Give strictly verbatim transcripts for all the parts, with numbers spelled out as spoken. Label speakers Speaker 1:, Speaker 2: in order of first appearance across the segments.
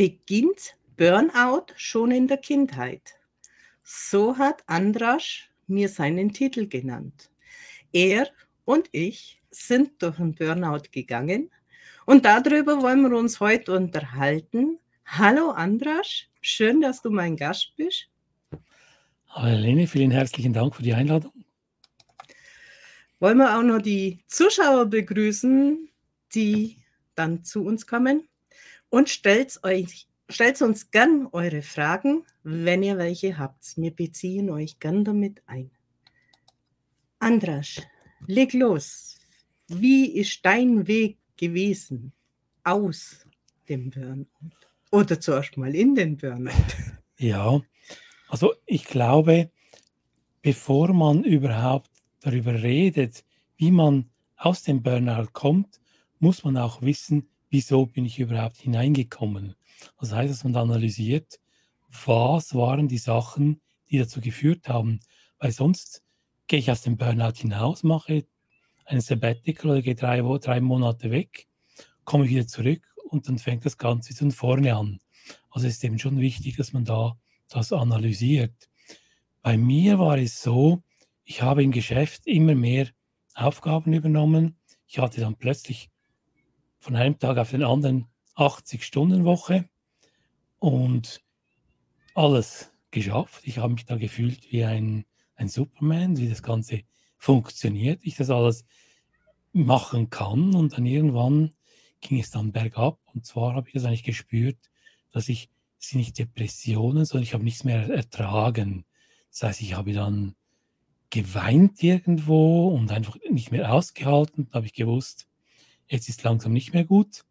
Speaker 1: Beginnt Burnout schon in der Kindheit? So hat Andras mir seinen Titel genannt. Er und ich sind durch einen Burnout gegangen und darüber wollen wir uns heute unterhalten. Hallo Andras, schön, dass du mein Gast bist.
Speaker 2: Hallo Helene, vielen herzlichen Dank für die Einladung.
Speaker 1: Wollen wir auch noch die Zuschauer begrüßen, die dann zu uns kommen? Und stellt euch Stellt uns gern eure Fragen, wenn ihr welche habt. Wir beziehen euch gern damit ein. Andras, leg los. Wie ist dein Weg gewesen aus dem Burnout? Oder zuerst mal in den Burnout?
Speaker 2: Ja, also ich glaube, bevor man überhaupt darüber redet, wie man aus dem Burnout kommt, muss man auch wissen, wieso bin ich überhaupt hineingekommen. Das heißt, dass man analysiert, was waren die Sachen, die dazu geführt haben. Weil sonst gehe ich aus dem Burnout hinaus, mache ein Sabbatical oder gehe drei, drei Monate weg, komme wieder zurück und dann fängt das Ganze von vorne an. Also es ist eben schon wichtig, dass man da das analysiert. Bei mir war es so, ich habe im Geschäft immer mehr Aufgaben übernommen. Ich hatte dann plötzlich von einem Tag auf den anderen achtzig-Stunden-Woche und alles geschafft. Ich habe mich da gefühlt wie ein, ein Superman, wie das Ganze funktioniert, ich das alles machen kann. Und dann irgendwann ging es dann bergab. Und zwar habe ich das eigentlich gespürt, dass ich, es sind nicht Depressionen, sondern ich habe nichts mehr ertragen. Das heißt, ich habe dann geweint irgendwo und einfach nicht mehr ausgehalten. Da habe ich gewusst, jetzt ist langsam nicht mehr gut.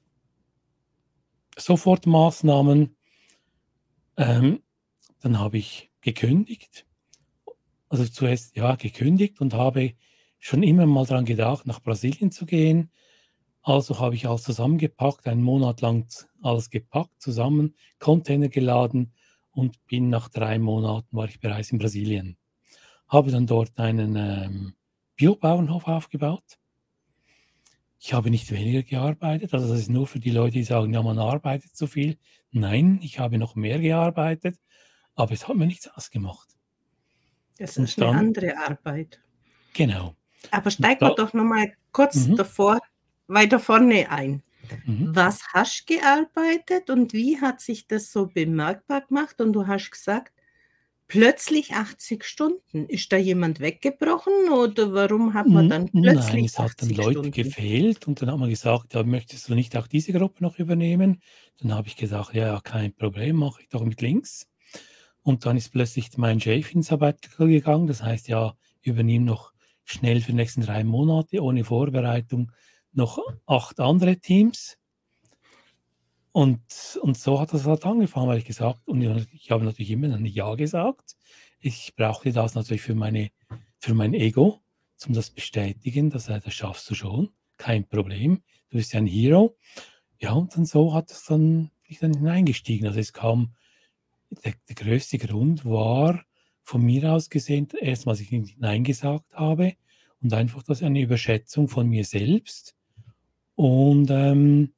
Speaker 2: Sofort Maßnahmen. Ähm, dann habe ich gekündigt. Also zuerst ja gekündigt und habe schon immer mal daran gedacht, nach Brasilien zu gehen. Also habe ich alles zusammengepackt, einen Monat lang alles gepackt, zusammen, Container geladen und bin nach drei Monaten war ich bereits in Brasilien. Habe dann dort einen ähm, Biobauernhof aufgebaut. Ich habe nicht weniger gearbeitet, also das ist nur für die Leute, die sagen, ja, man arbeitet zu viel. Nein, ich habe noch mehr gearbeitet, aber es hat mir nichts ausgemacht.
Speaker 1: Das
Speaker 2: Und
Speaker 1: ist eine
Speaker 2: dann,
Speaker 1: andere Arbeit.
Speaker 2: genau.
Speaker 1: Aber
Speaker 2: Und
Speaker 1: steigen wir
Speaker 2: da,
Speaker 1: doch noch mal kurz
Speaker 2: mhm,
Speaker 1: davor, weiter vorne ein.
Speaker 2: mhm.
Speaker 1: Was hast du gearbeitet und wie hat sich das so bemerkbar gemacht? Und du hast gesagt, plötzlich achtzig Stunden. Ist da jemand weggebrochen oder warum hat man dann
Speaker 2: Nein,
Speaker 1: plötzlich
Speaker 2: es hat dann
Speaker 1: achtzig
Speaker 2: Leute
Speaker 1: Stunden?
Speaker 2: gefehlt und dann hat man gesagt, ja, möchtest du nicht auch diese Gruppe noch übernehmen? Dann habe ich gesagt, ja, ja, kein Problem, mache ich doch mit links. Und dann ist plötzlich mein Chef ins Sabbatical gegangen, das heißt, ja, übernimm noch schnell für die nächsten drei Monate ohne Vorbereitung noch acht andere Teams. Und, und so hat das halt angefangen, weil ich gesagt, und ich habe natürlich immer ein Ja gesagt. Ich brauchte das natürlich für, meine, für mein Ego, zum das bestätigen, dass äh, das schaffst du schon, kein Problem, du bist ja ein Hero. Ja, und dann so hat es dann, bin ich dann hineingestiegen. Also es kam, der, der größte Grund war von mir aus gesehen, erstmal, was ich Nein gesagt habe und einfach das eine Überschätzung von mir selbst. Und ähm,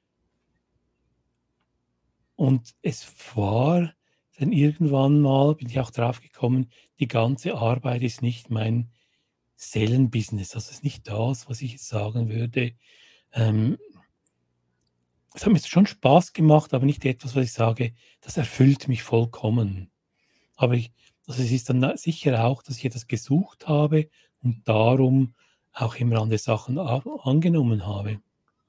Speaker 2: Und es war dann irgendwann mal, bin ich auch drauf gekommen, die ganze Arbeit ist nicht mein Seelenbusiness. Das ist nicht das, was ich jetzt sagen würde. Ähm, es hat mir schon Spaß gemacht, aber nicht etwas, was ich sage, das erfüllt mich vollkommen. Aber ich, also es ist dann sicher auch, dass ich etwas gesucht habe und darum auch immer andere Sachen a- angenommen habe.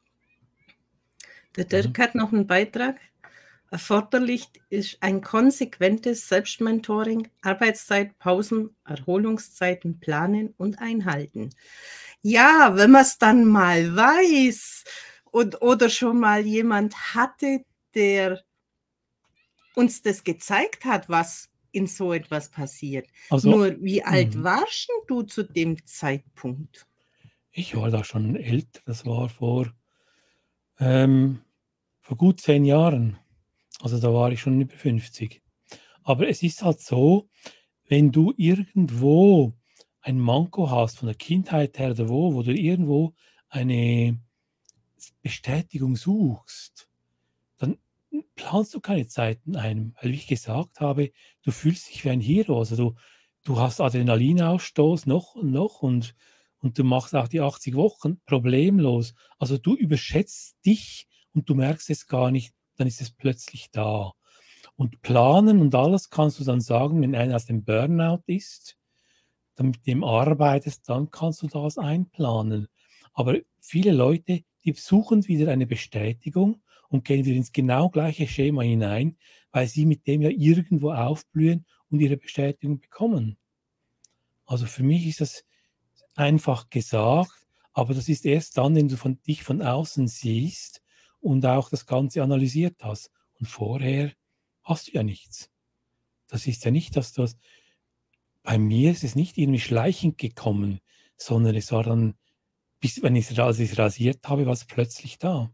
Speaker 1: Der
Speaker 2: Also,
Speaker 1: Dirk hat noch einen Beitrag. Erforderlich ist ein konsequentes Selbstmentoring, Arbeitszeit, Pausen, Erholungszeiten planen und einhalten. Ja, wenn man es dann mal weiß und oder schon mal jemand hatte, der uns das gezeigt hat, was in so etwas passiert.
Speaker 2: also
Speaker 1: Nur wie alt
Speaker 2: mh,
Speaker 1: warst du zu dem Zeitpunkt?
Speaker 2: ich war da schon älter, das war vor, ähm, vor gut zehn Jahren. Also da war ich schon über fünfzig. Aber es ist halt so, wenn du irgendwo ein Manko hast, von der Kindheit her oder wo, wo du irgendwo eine Bestätigung suchst, dann planst du keine Zeiten ein, weil wie ich gesagt habe, du fühlst dich wie ein Hero. Also du, du hast Adrenalinausstoß noch und noch und, und du machst auch die achtzig Wochen problemlos. Also du überschätzt dich und du merkst es gar nicht, dann ist es plötzlich da. Und planen und alles kannst du dann sagen, wenn einer aus dem Burnout ist, dann mit dem arbeitest, dann kannst du das einplanen. Aber viele Leute, die suchen wieder eine Bestätigung und gehen wieder ins genau gleiche Schema hinein, weil sie mit dem ja irgendwo aufblühen und ihre Bestätigung bekommen. Also für mich ist das einfach gesagt, aber das ist erst dann, wenn du von, dich von außen siehst und auch das Ganze analysiert hast. Und vorher hast du ja nichts. Das ist ja nicht, dass du das, bei mir ist es nicht irgendwie schleichend gekommen, sondern es war dann, bis, wenn ich es rasiert habe, war es plötzlich da.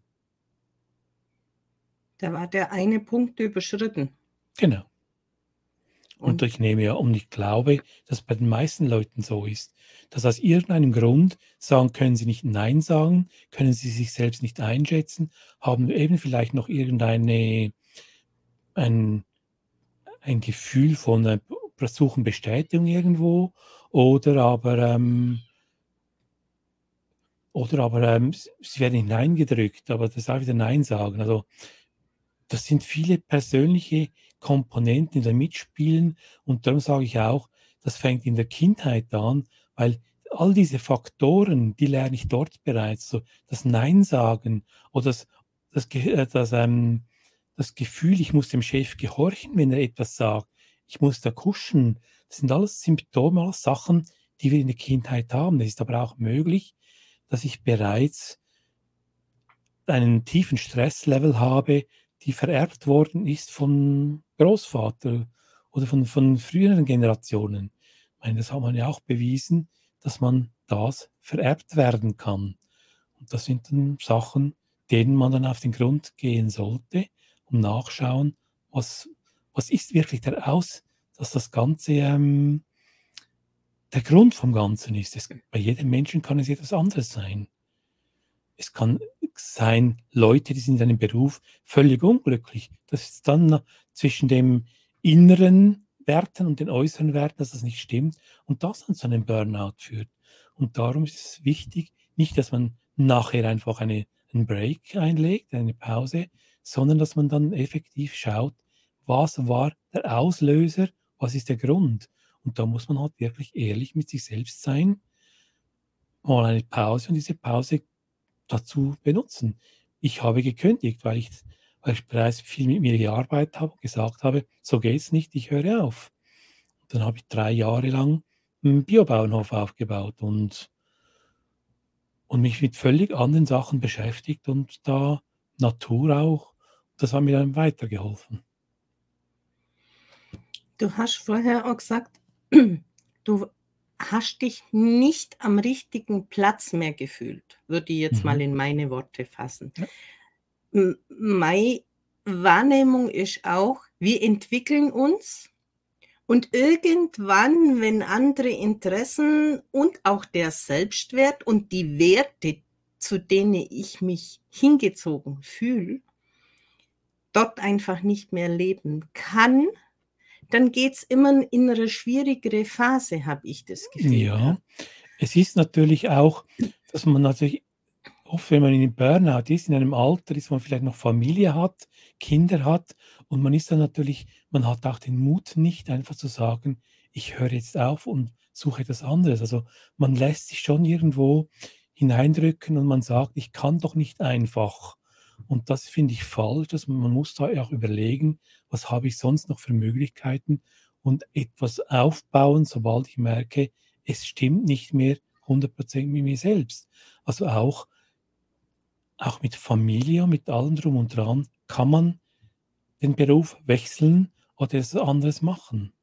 Speaker 1: Da war der eine Punkt überschritten.
Speaker 2: Genau.
Speaker 1: Und,
Speaker 2: Und ich nehme ja, und ich glaube, dass bei den meisten Leuten so ist, dass aus irgendeinem Grund sagen, können sie nicht Nein sagen, können sie sich selbst nicht einschätzen, haben eben vielleicht noch irgendeine, ein, ein Gefühl von äh, suchen Bestätigung irgendwo oder aber, ähm, oder aber ähm, sie werden hineingedrückt, aber das ist auch wieder Nein sagen. Also das sind viele persönliche Komponenten, die da mitspielen und darum sage ich auch, das fängt in der Kindheit an, weil all diese Faktoren, die lerne ich dort bereits. So das Nein sagen oder das, das, Ge- äh, das, ähm, das Gefühl, ich muss dem Chef gehorchen, wenn er etwas sagt. Ich muss da kuschen. Das sind alles Symptome, alles Sachen, die wir in der Kindheit haben. Es ist aber auch möglich, dass ich bereits einen tiefen Stresslevel habe, die vererbt worden ist vom Großvater oder von, von früheren Generationen. Ich meine, das hat man ja auch bewiesen, dass man das vererbt werden kann. Und das sind dann Sachen, denen man dann auf den Grund gehen sollte und nachschauen, was, was ist wirklich der Aus, dass das Ganze ähm, der Grund vom Ganzen ist. Es, bei jedem Menschen kann es etwas anderes sein. Es kann sein, Leute, die sind in einem Beruf völlig unglücklich. Das ist dann zwischen dem inneren Werten und den äußeren Werten, dass das nicht stimmt und das dann zu einem Burnout führt. Und darum ist es wichtig, nicht, dass man nachher einfach eine, einen Break einlegt, eine Pause, sondern dass man dann effektiv schaut, was war der Auslöser, was ist der Grund. Und da muss man halt wirklich ehrlich mit sich selbst sein, mal eine Pause und diese Pause dazu benutzen. Ich habe gekündigt, weil ich, weil ich bereits viel mit mir gearbeitet habe und gesagt habe, so geht's nicht, ich höre auf. Und dann habe ich drei Jahre lang einen Biobauernhof aufgebaut und, und mich mit völlig anderen Sachen beschäftigt und da Natur auch. Das hat mir dann weitergeholfen.
Speaker 1: du hast vorher auch gesagt, du hast dich nicht am richtigen Platz mehr gefühlt, würde ich jetzt mal
Speaker 2: Mhm.
Speaker 1: in meine Worte fassen.
Speaker 2: Ja.
Speaker 1: M- Meine Wahrnehmung ist auch, wir entwickeln uns und irgendwann, wenn andere Interessen und auch der Selbstwert und die Werte, zu denen ich mich hingezogen fühle, dort einfach nicht mehr leben kann, dann geht es immer in eine schwierigere Phase, habe ich das Gefühl
Speaker 2: Ja,
Speaker 1: gehabt.
Speaker 2: es ist natürlich auch, dass man natürlich oft, wenn man in einem Burnout ist, in einem Alter ist, wo man vielleicht noch Familie hat, Kinder hat und man ist dann natürlich, man hat auch den Mut nicht einfach zu sagen, ich höre jetzt auf und suche etwas anderes. Also man lässt sich schon irgendwo hineindrücken und man sagt, ich kann doch nicht einfach. Und das finde ich falsch, dass man, man muss da auch überlegen, was habe ich sonst noch für Möglichkeiten und etwas aufbauen, sobald ich merke, es stimmt nicht mehr hundert Prozent mit mir selbst. Also auch auch mit Familie und mit allem drum und dran, kann man den Beruf wechseln oder etwas anderes machen.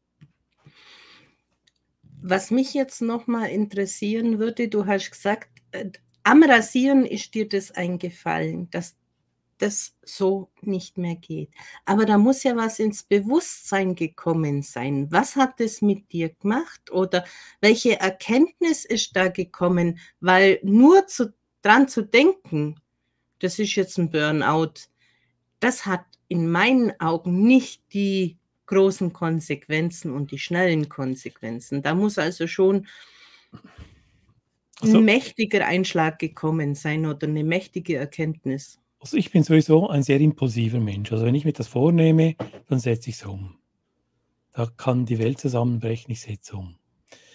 Speaker 1: Was mich jetzt noch mal interessieren würde, du hast gesagt, äh, am Rasieren ist dir das eingefallen, dass das so nicht mehr geht. Aber da muss ja was ins Bewusstsein gekommen sein. Was hat das mit dir gemacht oder welche Erkenntnis ist da gekommen? Weil nur zu, dran zu denken, das ist jetzt ein Burnout, das hat in meinen Augen nicht die großen Konsequenzen und die schnellen Konsequenzen. Da muss also schon
Speaker 2: Also,
Speaker 1: ein mächtiger Einschlag gekommen sein oder eine mächtige Erkenntnis.
Speaker 2: also ich bin sowieso ein sehr impulsiver Mensch. Also wenn ich mir das vornehme, dann setze ich es um. Da kann die Welt zusammenbrechen, ich setze es um.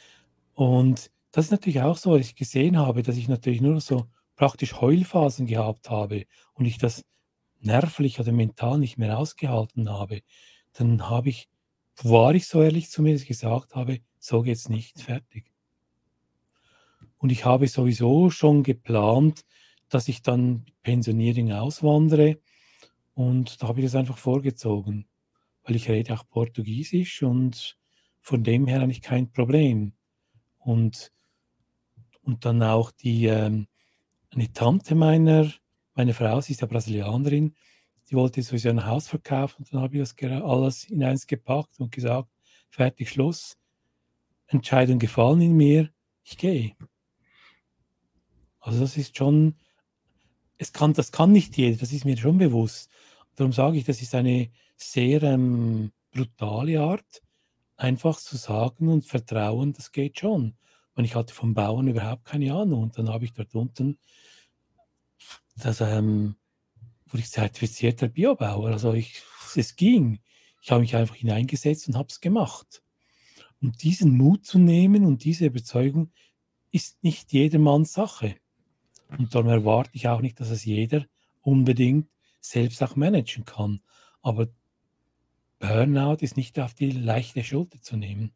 Speaker 2: Und das ist natürlich auch so, dass ich gesehen habe, dass ich natürlich nur so praktisch Heulphasen gehabt habe und ich das nervlich oder mental nicht mehr ausgehalten habe. Dann habe ich war ich so ehrlich zu mir, dass ich gesagt habe: „So geht's nicht, fertig." Und ich habe sowieso schon geplant, dass ich dann mit Pensionierung auswandere und da habe ich das einfach vorgezogen, weil ich rede auch Portugiesisch und von dem her eigentlich kein Problem. Und und dann auch die, ähm eine Tante meiner meine Frau, sie ist ja Brasilianerin, die wollte sowieso ein Haus verkaufen und dann habe ich das gera alles in eins gepackt und gesagt: „Fertig, Schluss. Entscheidung gefallen in mir, ich gehe." Also, das ist schon es kann das kann nicht jeder, das ist mir schon bewusst. Darum sage ich, das ist eine sehr, ähm, brutale Art, einfach zu sagen und vertrauen, das geht schon. Und ich hatte vom Bauen überhaupt keine Ahnung und dann habe ich dort unten das, ähm wurde ich zertifizierter Biobauer. Also ich es ging. Ich habe mich einfach hineingesetzt und habe es gemacht. Und diesen Mut zu nehmen und diese Überzeugung ist nicht jedermanns Sache. Und darum erwarte ich auch nicht, dass es jeder unbedingt selbst auch managen kann. Aber Burnout ist nicht auf die leichte Schulter zu nehmen.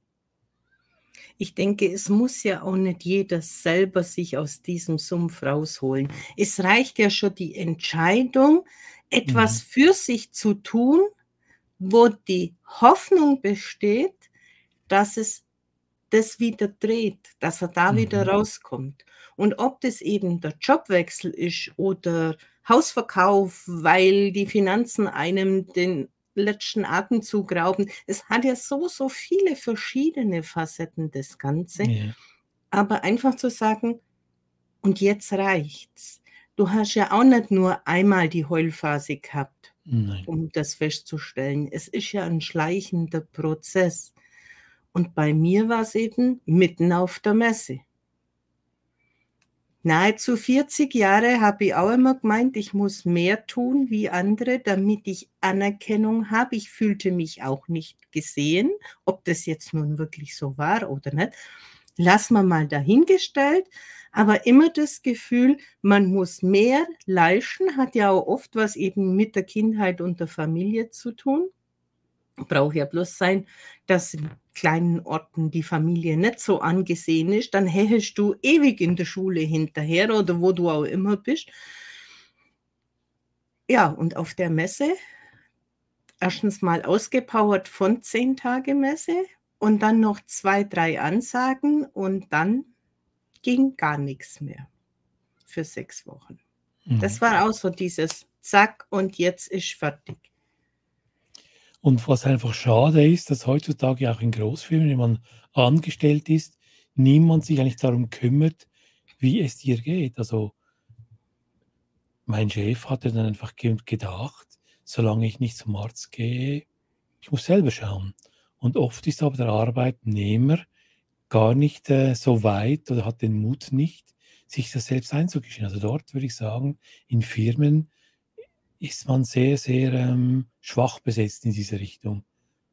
Speaker 1: Ich denke, es muss ja auch nicht jeder selber sich aus diesem Sumpf rausholen. Es reicht ja schon die Entscheidung, etwas
Speaker 2: Mhm.
Speaker 1: für sich zu tun, wo die Hoffnung besteht, dass es das wieder dreht, dass er da wieder
Speaker 2: Mhm.
Speaker 1: rauskommt. Und ob das eben der Jobwechsel ist oder Hausverkauf, weil die Finanzen einem den letzten Atemzug rauben. Es hat ja so, so viele verschiedene Facetten, das Ganze.
Speaker 2: Ja.
Speaker 1: Aber einfach zu sagen: „Und jetzt reicht's." Du hast ja auch nicht nur einmal die Heulphase gehabt,
Speaker 2: Nein.
Speaker 1: um das festzustellen. Es ist ja 'n schleichender Prozess. Und bei mir war's eben mitten auf der Messe. Nahezu vierzig Jahre habe ich auch immer gemeint, ich muss mehr tun wie andere, damit ich Anerkennung habe. Ich fühlte mich auch nicht gesehen. Ob das jetzt nun wirklich so war oder nicht, lassen wir mal dahingestellt. Aber immer das Gefühl, man muss mehr leisten, hat ja auch oft was eben mit der Kindheit und der Familie zu tun. Braucht ja bloß sein, dass in kleinen Orten die Familie nicht so angesehen ist, dann hechest du ewig in der Schule hinterher oder wo du auch immer bist. Ja, und auf der Messe erstens mal ausgepowert von zehn Tage Messe und dann noch zwei, drei Ansagen und dann ging gar nix mehr für sechs Wochen. Das
Speaker 2: Mhm.
Speaker 1: war auch so dieses Zack und jetzt ist fertig.
Speaker 2: Und was einfach schade ist, dass heutzutage auch in Großfirmen, wenn man angestellt ist, niemand sich eigentlich darum kümmert, wie es dir geht. Also mein Chef hatte dann einfach ge gedacht, solange ich nicht zum Arzt gehe, ich muss selber schauen. Und oft ist aber der Arbeitnehmer gar nicht, äh, so weit oder hat den Mut nicht, sich das selbst einzugestehen. Also dort würde ich sagen, in Firmen ist man sehr, sehr, ähm, schwach besetzt in diese Richtung.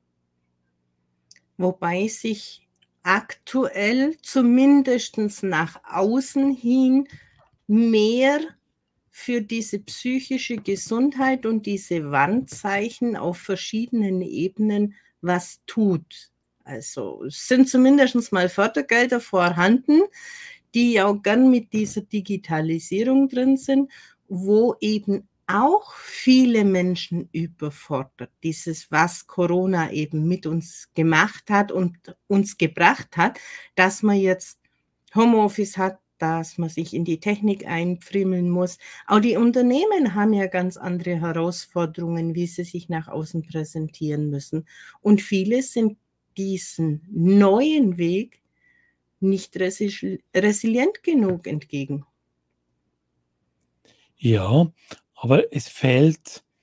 Speaker 1: Wobei sich aktuell zumindestens nach außen hin mehr für diese psychische Gesundheit und diese Warnzeichen auf verschiedenen Ebenen was tut. Also, es sind zumindest mal Fördergelder vorhanden, die auch gern mit dieser Digitalisierung drin sind, wo eben auch viele Menschen überfordert, dieses, was Corona eben mit uns gemacht hat und uns gebracht hat, dass man jetzt Homeoffice hat, dass man sich in die Technik einfriemeln muss. Auch die Unternehmen haben ja ganz andere Herausforderungen, wie sie sich nach außen präsentieren müssen. Und viele sind diesen neuen Weg nicht resil resilient genug entgegen.
Speaker 2: Ja, aber es fehlt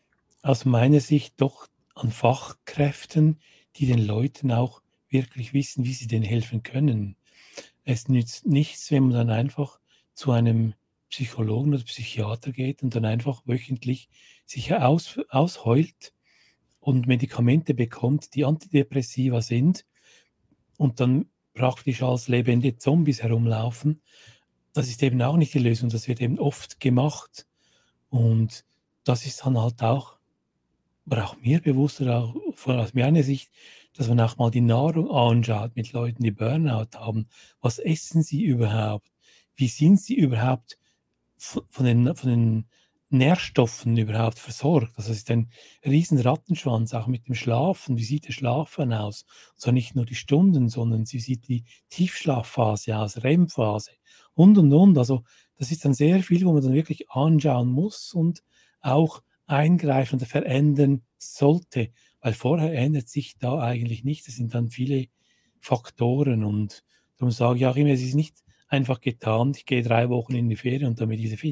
Speaker 2: aus meiner Sicht doch an Fachkräften, die den Leuten auch wirklich wissen, wie sie denen helfen können. Es nützt nichts, wenn man dann einfach zu einem Psychologen oder Psychiater geht und dann einfach wöchentlich sich aus, ausheult und Medikamente bekommt, die Antidepressiva sind und dann praktisch als lebende Zombies herumlaufen. Das ist eben auch nicht die Lösung. Das wird eben oft gemacht. Und das ist dann halt auch, aber auch mir bewusst, oder auch von aus meiner Sicht, dass man auch mal die Nahrung anschaut mit Leuten, die Burnout haben. Was essen sie überhaupt? Wie sind sie überhaupt v- von den, von den Nährstoffen überhaupt versorgt? Also es ist ein riesen Rattenschwanz, auch mit dem Schlafen. Wie sieht der Schlafen aus? Und zwar nicht nur die Stunden, sondern wie sieht die Tiefschlafphase aus, R E M-Phase und, und, und. Also das ist dann sehr viel, wo man dann wirklich anschauen muss und auch eingreifen oder verändern sollte, weil vorher ändert sich da eigentlich nichts. Es sind dann viele Faktoren und darum sage ich auch immer, es ist nicht einfach getan, ich gehe drei Wochen in die Ferien und dann bin ich wieder fit,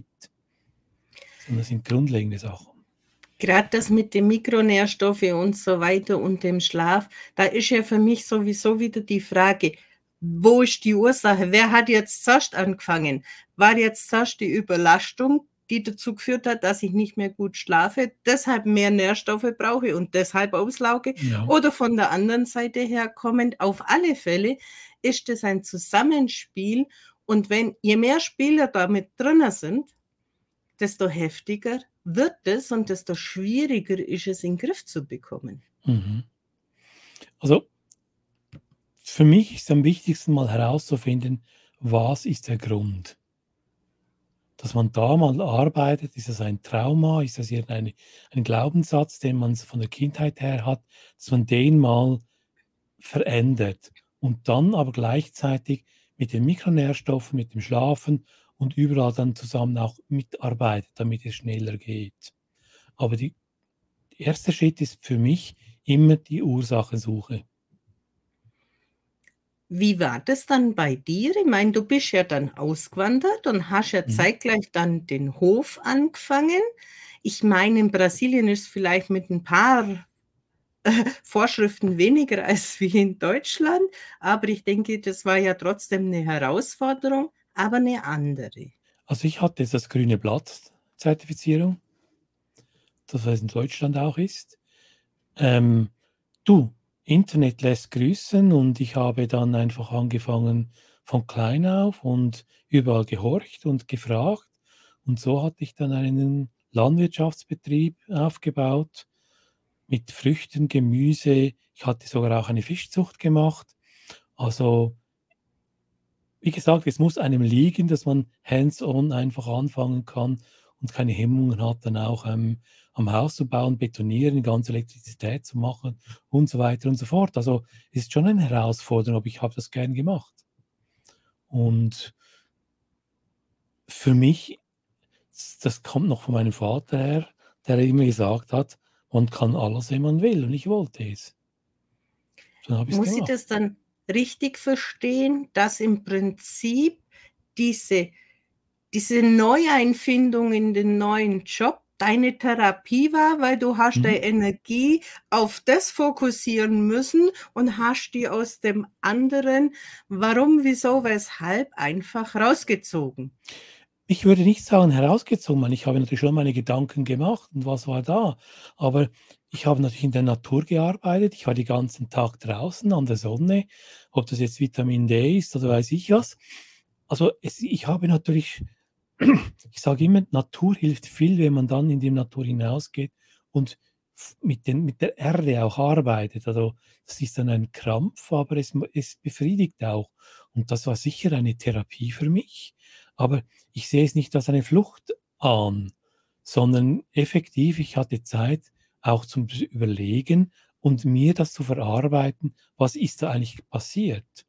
Speaker 2: sondern es sind grundlegende Sachen.
Speaker 1: Gerade das mit den Mikronährstoffen und so weiter und dem Schlaf, da ist ja für mich sowieso wieder die Frage, wo ist die Ursache? Wer hat jetzt zuerst angefangen? War jetzt zuerst die Überlastung, die dazu geführt hat, dass ich nicht mehr gut schlafe, deshalb mehr Nährstoffe brauche und deshalb auslauge?
Speaker 2: Ja.
Speaker 1: Oder von der anderen Seite her kommend, auf alle Fälle ist es ein Zusammenspiel. Und wenn je mehr Spieler damit drin sind, desto heftiger wird es und desto schwieriger ist es, in den Griff zu bekommen.
Speaker 2: Mhm. Also für mich ist am wichtigsten mal herauszufinden, was ist der Grund? Dass man da mal arbeitet, ist das ein Trauma, ist das irgendein ein Glaubenssatz, den man von der Kindheit her hat, dass man den mal verändert und dann aber gleichzeitig mit den Mikronährstoffen, mit dem Schlafen und überall dann zusammen auch mitarbeitet, damit es schneller geht. Aber die der erste Schritt ist für mich immer die Ursachensuche.
Speaker 1: Wie war das dann bei dir? Ich meine, du bist ja dann ausgewandert und hast ja
Speaker 2: Mhm.
Speaker 1: zeitgleich dann den Hof angefangen. Ich meine, in Brasilien ist es vielleicht mit ein paar äh, Vorschriften weniger als wie in Deutschland, aber ich denke, das war ja trotzdem eine Herausforderung, aber eine andere.
Speaker 2: Also ich hatte jetzt das grüne Blatt-Zertifizierung, das was in Deutschland auch ist. Ähm, du, Internet lässt grüßen und ich habe dann einfach angefangen von klein auf und überall gehorcht und gefragt. Und so hatte ich dann einen Landwirtschaftsbetrieb aufgebaut mit Früchten, Gemüse. Ich hatte sogar auch eine Fischzucht gemacht. Also, wie gesagt, es muss einem liegen, dass man hands-on einfach anfangen kann und keine Hemmungen hat, dann auch ähm, am Haus zu bauen, betonieren, ganz Elektrizität zu machen und so weiter und so fort. Also es ist schon eine Herausforderung, aber ich habe das gern gemacht. Und für mich, das kommt noch von meinem Vater her, der immer gesagt hat, man kann alles, wenn man will, und ich wollte es. Dann habe ich es
Speaker 1: Muss ich
Speaker 2: gemacht.
Speaker 1: das dann richtig verstehen, dass im Prinzip diese diese Neueinfindung in den neuen Job deine Therapie war, weil du hast deine
Speaker 2: Mhm.
Speaker 1: Energie auf das fokussieren müssen und hast die aus dem anderen, warum, wieso, weshalb, einfach rausgezogen?
Speaker 2: Ich würde nicht sagen herausgezogen, weil ich habe natürlich schon meine Gedanken gemacht und was war da. Aber ich habe natürlich in der Natur gearbeitet. Ich war den ganzen Tag draußen an der Sonne, ob das jetzt Vitamin D ist oder weiß ich was. Also es, ich habe natürlich, ich sage immer, Natur hilft viel, wenn man dann in die Natur hinausgeht und f- mit, den, mit der Erde auch arbeitet. Also das ist dann ein Krampf, aber es, es befriedigt auch. Und das war sicher eine Therapie für mich. Aber ich sehe es nicht als eine Flucht an, sondern effektiv, ich hatte Zeit auch zum Überlegen und mir das zu verarbeiten, was ist da eigentlich passiert.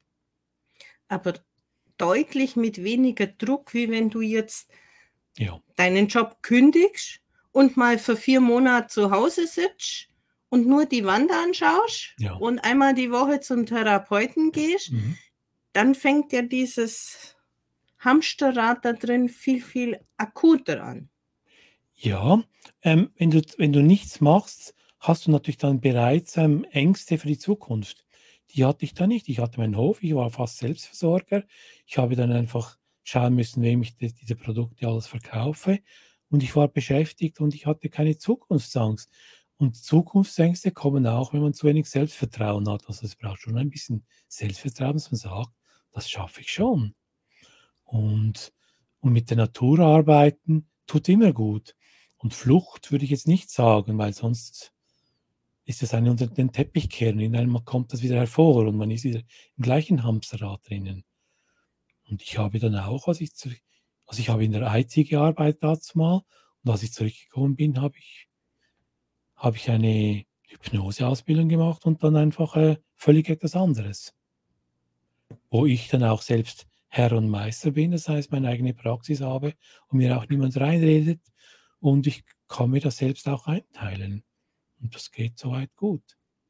Speaker 1: Aber deutlich mit weniger Druck, wie wenn du jetzt
Speaker 2: Ja,
Speaker 1: deinen Job kündigst und mal für vier Monate zu Hause sitzt und nur die Wand anschaust
Speaker 2: ja.
Speaker 1: und einmal die Woche zum Therapeuten gehst,
Speaker 2: Mhm.
Speaker 1: dann fängt ja dieses Hamsterrad da drin viel, viel akuter an.
Speaker 2: Ja, ähm, wenn du wenn du nichts machst, hast du natürlich dann bereits, ähm, Ängste für die Zukunft. Die hatte ich da nicht. Ich hatte meinen Hof, ich war fast Selbstversorger. Ich habe dann einfach schauen müssen, wem ich d diese Produkte alles verkaufe und ich war beschäftigt und ich hatte keine Zukunftsangst. Und Zukunftsängste kommen auch, wenn man zu wenig Selbstvertrauen hat. Also, es braucht schon ein bisschen Selbstvertrauen, dass man sagt: „Das schaffe ich schon.“ Und und mit der Natur arbeiten tut immer gut. Und Flucht würde ich jetzt nicht sagen, weil sonst ist es ein unter den Teppich kehren. In einem kommt das wieder hervor und man ist wieder im gleichen Hamsterrad drinnen. Und ich habe dann auch, als ich zurück also, ich habe in der I T gearbeitet dazumal und als ich zurückgekommen bin, habe ich habe ich eine Hypnoseausbildung gemacht und dann einfach, äh, völlig etwas anderes. Wo ich dann auch selbst Herr und Meister bin, das heißt, meine eigene Praxis habe und mir auch niemand reinredet und ich kann mir das selbst auch einteilen und das geht soweit gut.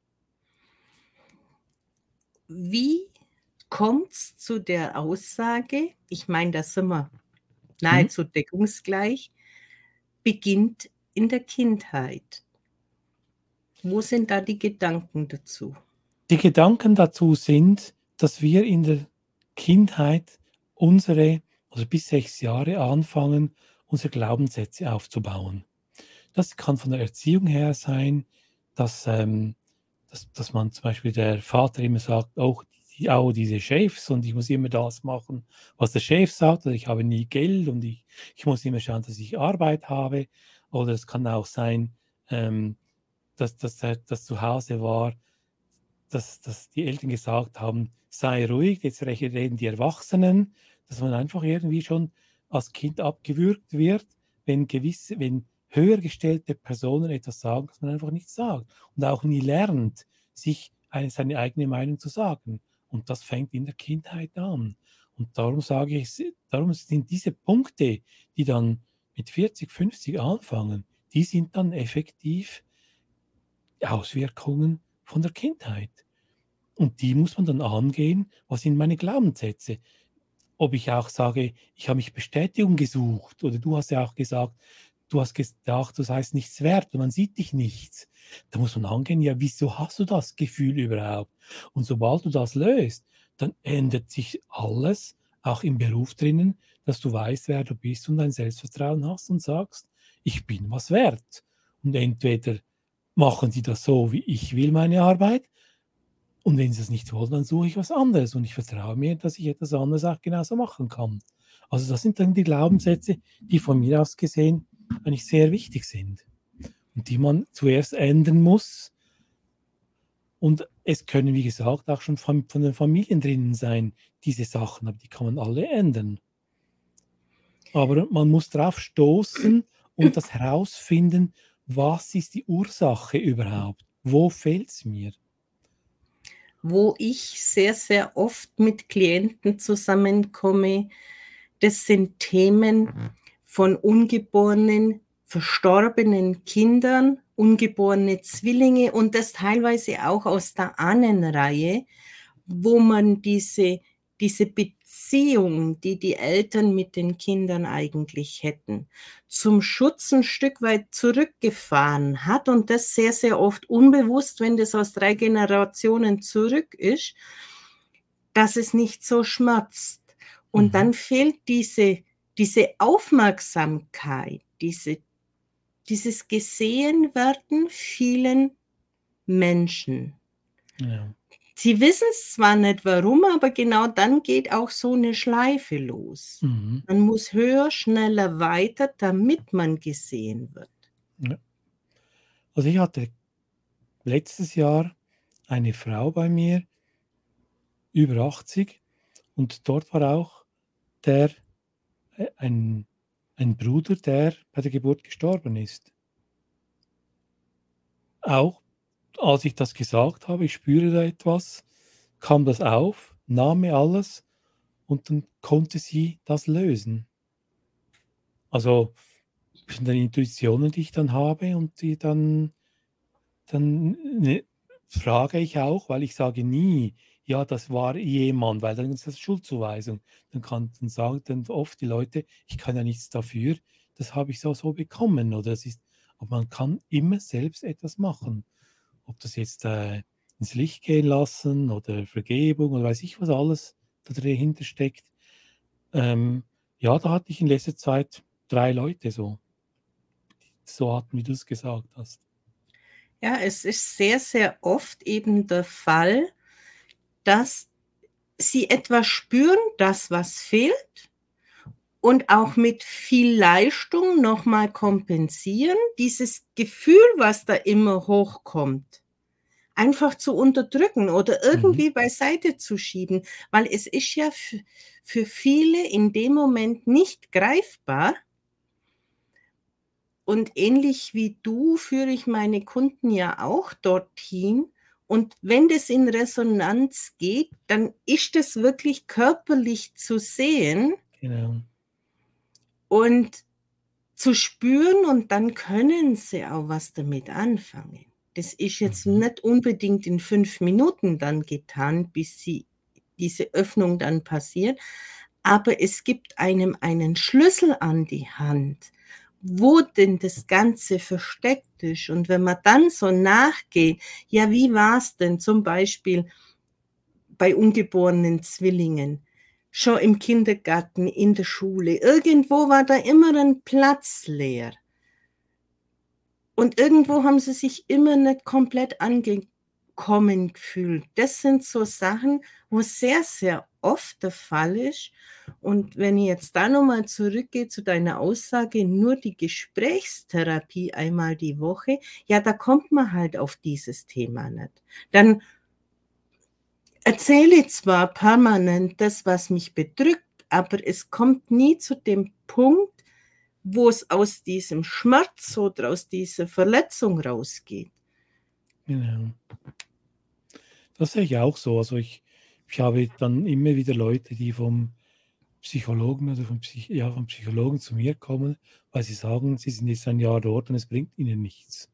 Speaker 1: Wie kommt's zu der Aussage, ich meine, da sind wir
Speaker 2: Mhm.
Speaker 1: nahezu deckungsgleich, beginnt in der Kindheit. Wo sind da die Gedanken dazu?
Speaker 2: Die Gedanken dazu sind, dass wir in der Kindheit unsere also bis sechs Jahre anfangen, unsere Glaubenssätze aufzubauen. Das kann von der Erziehung her sein, dass, ähm dass dass man zum Beispiel der Vater immer sagt: „Oh, die oh, diese Chefs und ich muss immer das machen, was der Chef sagt oder ich habe nie Geld und ich ich muss immer schauen, dass ich Arbeit habe.“ Oder es kann auch sein, ähm, dass dass er das zu Hause war, dass dass die Eltern gesagt haben: „Sei ruhig, jetzt reche reden die Erwachsenen“, dass man einfach irgendwie schon als Kind abgewürgt wird, wenn gewisse wenn höher gestellte Personen etwas sagen, dass man einfach nichts sagt und auch nie lernt, sich eine seine eigene Meinung zu sagen. Und das fängt in der Kindheit an. Und darum sage ich, s darum sind diese Punkte, die dann mit vierzig, fünfzig anfangen, die sind dann effektiv Auswirkungen von der Kindheit. Und die muss man dann angehen. Was sind meine Glaubenssätze? Ob ich auch sage, ich habe mich Bestätigung gesucht oder du hast ja auch gesagt, du hast gedacht, du seist nichts wert und man sieht dich nichts. Da muss man angehen, ja, wieso hast du das Gefühl überhaupt? Und sobald du das löst, dann ändert sich alles, auch im Beruf drinnen, dass du weißt, wer du bist und ein Selbstvertrauen hast und sagst, ich bin was wert. Und entweder machen sie das so, wie ich will, meine Arbeit, und wenn sie das nicht wollen, dann suche ich was anderes und ich vertraue mir, dass ich etwas anderes auch genauso machen kann. Also das sind dann die Glaubenssätze, die von mir aus gesehen eigentlich sehr wichtig sind und die man zuerst ändern muss. Und es können, wie gesagt, auch schon von, von den Familien drinnen sein, diese Sachen, aber die kann man alle ändern. Aber man muss drauf stoßen und das herausfinden, was ist die Ursache überhaupt? Wo fehlt es mir?
Speaker 1: Wo ich sehr, sehr oft mit Klienten zusammenkomme, das sind Themen von ungeborenen, verstorbenen Kindern, ungeborene Zwillinge und das teilweise auch aus der Ahnenreihe, wo man diese diese Beziehung, die die Eltern mit den Kindern eigentlich hätten, zum Schutz ein Stück weit zurückgefahren hat und das sehr, sehr oft unbewusst, wenn das aus drei Generationen zurück ist, dass es nicht so schmerzt. Und
Speaker 2: Mhm.
Speaker 1: dann fehlt diese diese Aufmerksamkeit, diese dieses Gesehenwerden vielen Menschen.
Speaker 2: Ja.
Speaker 1: Sie wissen's zwar nicht warum, aber genau dann geht auch so 'ne Schleife los.
Speaker 2: Mhm.
Speaker 1: Man muss höher, schneller, weiter, damit man gesehen wird.
Speaker 2: Ja. Also ich hatte letztes Jahr eine Frau bei mir, über achtzig, und dort war auch der äh, ein ein Bruder, der bei der Geburt gestorben ist. Auch als ich das gesagt habe, ich spüre da etwas, kam das auf, nahm mir alles und dann konnte sie das lösen. Also, das sind dann Intuitionen, die ich dann habe und die dann Dann, ne, frage ich auch, weil ich sage nie: „Ja, das war jemand“, weil dann ist das Schuldzuweisung. Dann kann dann sagen dann oft die Leute: „Ich kann ja nichts dafür, das habe ich so, so bekommen. Oder es ist, aber man kann immer selbst etwas machen. Ob das jetzt äh, ins Licht gehen lassen oder Vergebung oder weiß ich was alles da dahinter steckt. Ähm, ja, da hatte ich in letzter Zeit drei Leute so, so hatten, wie du es gesagt hast.
Speaker 1: Ja, es ist sehr, sehr oft eben der Fall, dass sie etwas spüren, das was fehlt und auch mit viel Leistung nochmal kompensieren, dieses Gefühl, was da immer hochkommt, einfach zu unterdrücken oder irgendwie mhm. beiseite zu schieben, weil es ist ja f- für viele in dem Moment nicht greifbar. Und ähnlich wie du führe ich meine Kunden ja auch dorthin. Und wenn das in Resonanz geht, dann ist das wirklich körperlich zu sehen.
Speaker 2: Genau.
Speaker 1: Und zu spüren und dann können sie auch was damit anfangen. Das ist jetzt mhm. nicht unbedingt in fünf Minuten dann getan, bis sie diese Öffnung dann passiert, aber es gibt einem einen Schlüssel an die Hand, wo denn das Ganze versteckt ist. Und wenn man dann so nachgeht, ja, wie war es denn zum Beispiel bei ungeborenen Zwillingen? Schon im Kindergarten, in der Schule, irgendwo war da immer ein Platz leer. Und irgendwo haben sie sich immer nicht komplett angekommen gefühlt. Das sind so Sachen, wo sehr, sehr oft der Fall ist. Und wenn ich jetzt da nochmal zurückgehe zu deiner Aussage, nur die Gesprächstherapie einmal die Woche, ja, da kommt man halt auf dieses Thema nicht. Dann erzähle ich zwar permanent das, was mich bedrückt, aber es kommt nie zu dem Punkt, wo es aus diesem Schmerz oder aus dieser Verletzung rausgeht.
Speaker 2: Genau. Das sehe ich auch so. Also ich, ich habe dann immer wieder Leute, die vom Psychologen oder vom, Psych ja, vom Psychologen zu mir kommen, weil sie sagen, sie sind jetzt ein Jahr dort und es bringt ihnen nichts.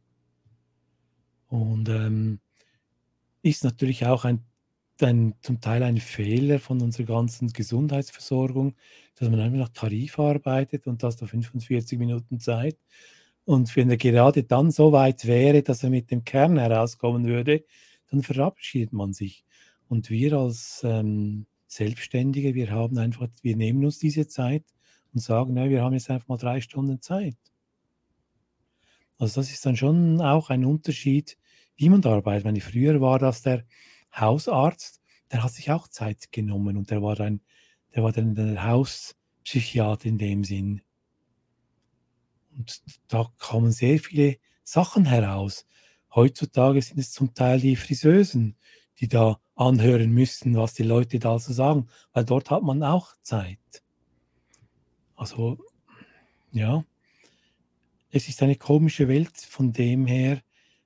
Speaker 2: Und ähm, ist natürlich auch ein, ein, zum Teil ein Fehler von unserer ganzen Gesundheitsversorgung, dass man einfach nach Tarif arbeitet und das da fünfundvierzig Minuten Zeit. Und wenn er gerade dann so weit wäre, dass er mit dem Kern herauskommen würde, dann verabschiedet man sich. Und wir als ähm, Selbstständige, wir haben einfach, wir nehmen uns diese Zeit und sagen, ja, wir haben jetzt einfach mal drei Stunden Zeit. Also das ist dann schon auch ein Unterschied, wie man da arbeitet. Wenn ich früher war das der Hausarzt, der hat sich auch Zeit genommen und der war dann, der war dann der Hauspsychiater in dem Sinn. Und da kamen sehr viele Sachen heraus. Heutzutage sind es zum Teil die Friseusen, die da anhören müssen, was die Leute da so sagen, weil dort hat man auch Zeit. Also, ja, es ist eine komische Welt von dem her,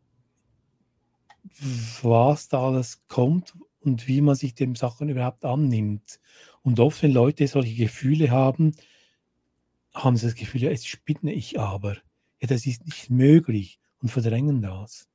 Speaker 2: was da alles kommt und wie man sich den Sachen überhaupt annimmt. Und oft, wenn Leute solche Gefühle haben, haben sie das Gefühl, ja, jetzt spinne ich aber. Ja, das ist nicht möglich und verdrängen das.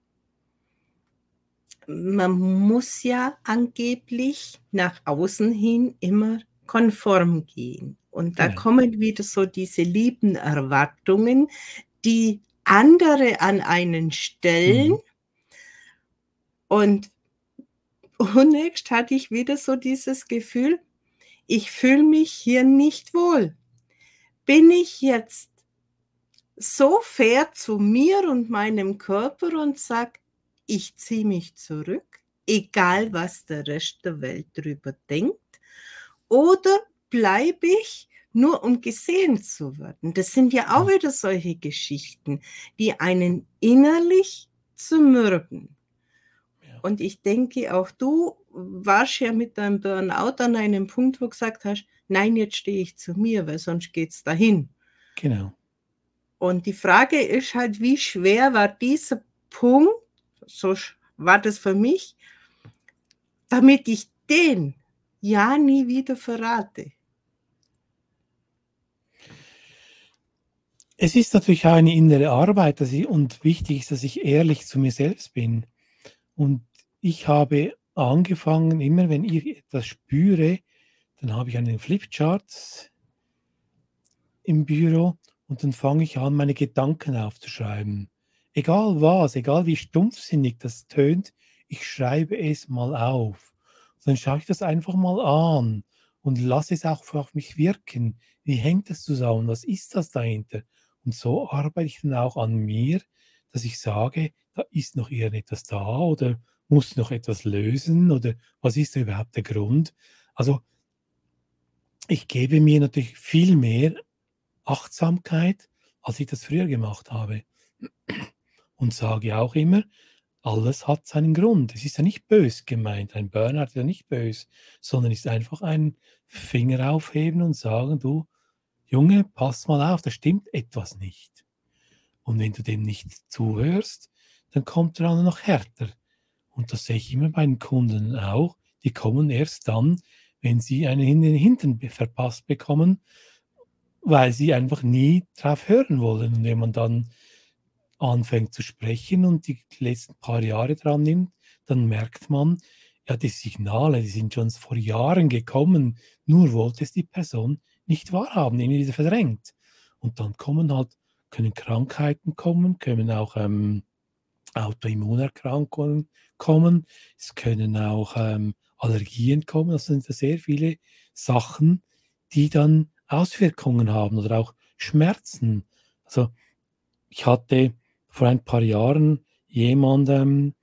Speaker 1: Man muss ja angeblich nach außen hin immer konform gehen. Und da
Speaker 2: Genau.
Speaker 1: kommen wieder so diese lieben Erwartungen, die andere an einen stellen. Mhm. Und unnächst hatte ich wieder so dieses Gefühl, ich fühle mich hier nicht wohl. Bin ich jetzt so fair zu mir und meinem Körper und sage, ich ziehe mich zurück, egal was der Rest der Welt darüber denkt, oder bleibe ich nur um gesehen zu werden? Das sind ja auch wieder solche Geschichten, die einen innerlich zermürben. Ja. Und ich denke, auch du warst ja mit deinem Burnout an einem Punkt, wo du gesagt hast, nein, jetzt stehe ich zu mir, weil sonst geht es dahin.
Speaker 2: Genau.
Speaker 1: Und die Frage ist halt, wie schwer war dieser Punkt, so war das für mich, damit ich den ja nie wieder verrate.
Speaker 2: Es ist natürlich auch eine innere Arbeit, dass ich, und wichtig ist, dass ich ehrlich zu mir selbst bin. Und ich habe angefangen, immer wenn ich etwas spüre, dann habe ich einen Flipchart im Büro und dann fange ich an, meine Gedanken aufzuschreiben. Egal was, egal wie stumpfsinnig das tönt, ich schreibe es mal auf. Dann schaue ich das einfach mal an und lasse es auch auf mich wirken. Wie hängt das zusammen? Was ist das dahinter? Und so arbeite ich dann auch an mir, dass ich sage, da ist noch irgendetwas da oder muss noch etwas lösen oder was ist da überhaupt der Grund? Also ich gebe mir natürlich viel mehr Achtsamkeit, als ich das früher gemacht habe. Und sage auch immer, alles hat seinen Grund. Es ist ja nicht bös gemeint. Ein Burnout ist ja nicht bös, sondern ist einfach ein Finger aufheben und sagen, du Junge, pass mal auf, da stimmt etwas nicht. Und wenn du dem nicht zuhörst, dann kommt er dann noch härter. Und das sehe ich immer bei den Kunden auch. Die kommen erst dann, wenn sie einen in den Hintern verpasst bekommen, weil sie einfach nie drauf hören wollen. Und wenn man dann anfängt zu sprechen und die letzten paar Jahre dran nimmt, dann merkt man, ja, die Signale, die sind schon vor Jahren gekommen, nur wollte es die Person nicht wahrhaben, irgendwie wieder verdrängt. Und dann kommen halt, können Krankheiten kommen, können auch ähm, Autoimmunerkrankungen kommen, es können auch ähm, Allergien kommen, das sind ja sehr viele Sachen, die dann Auswirkungen haben oder auch Schmerzen. Also ich hatte vor ein paar Jahren jemanden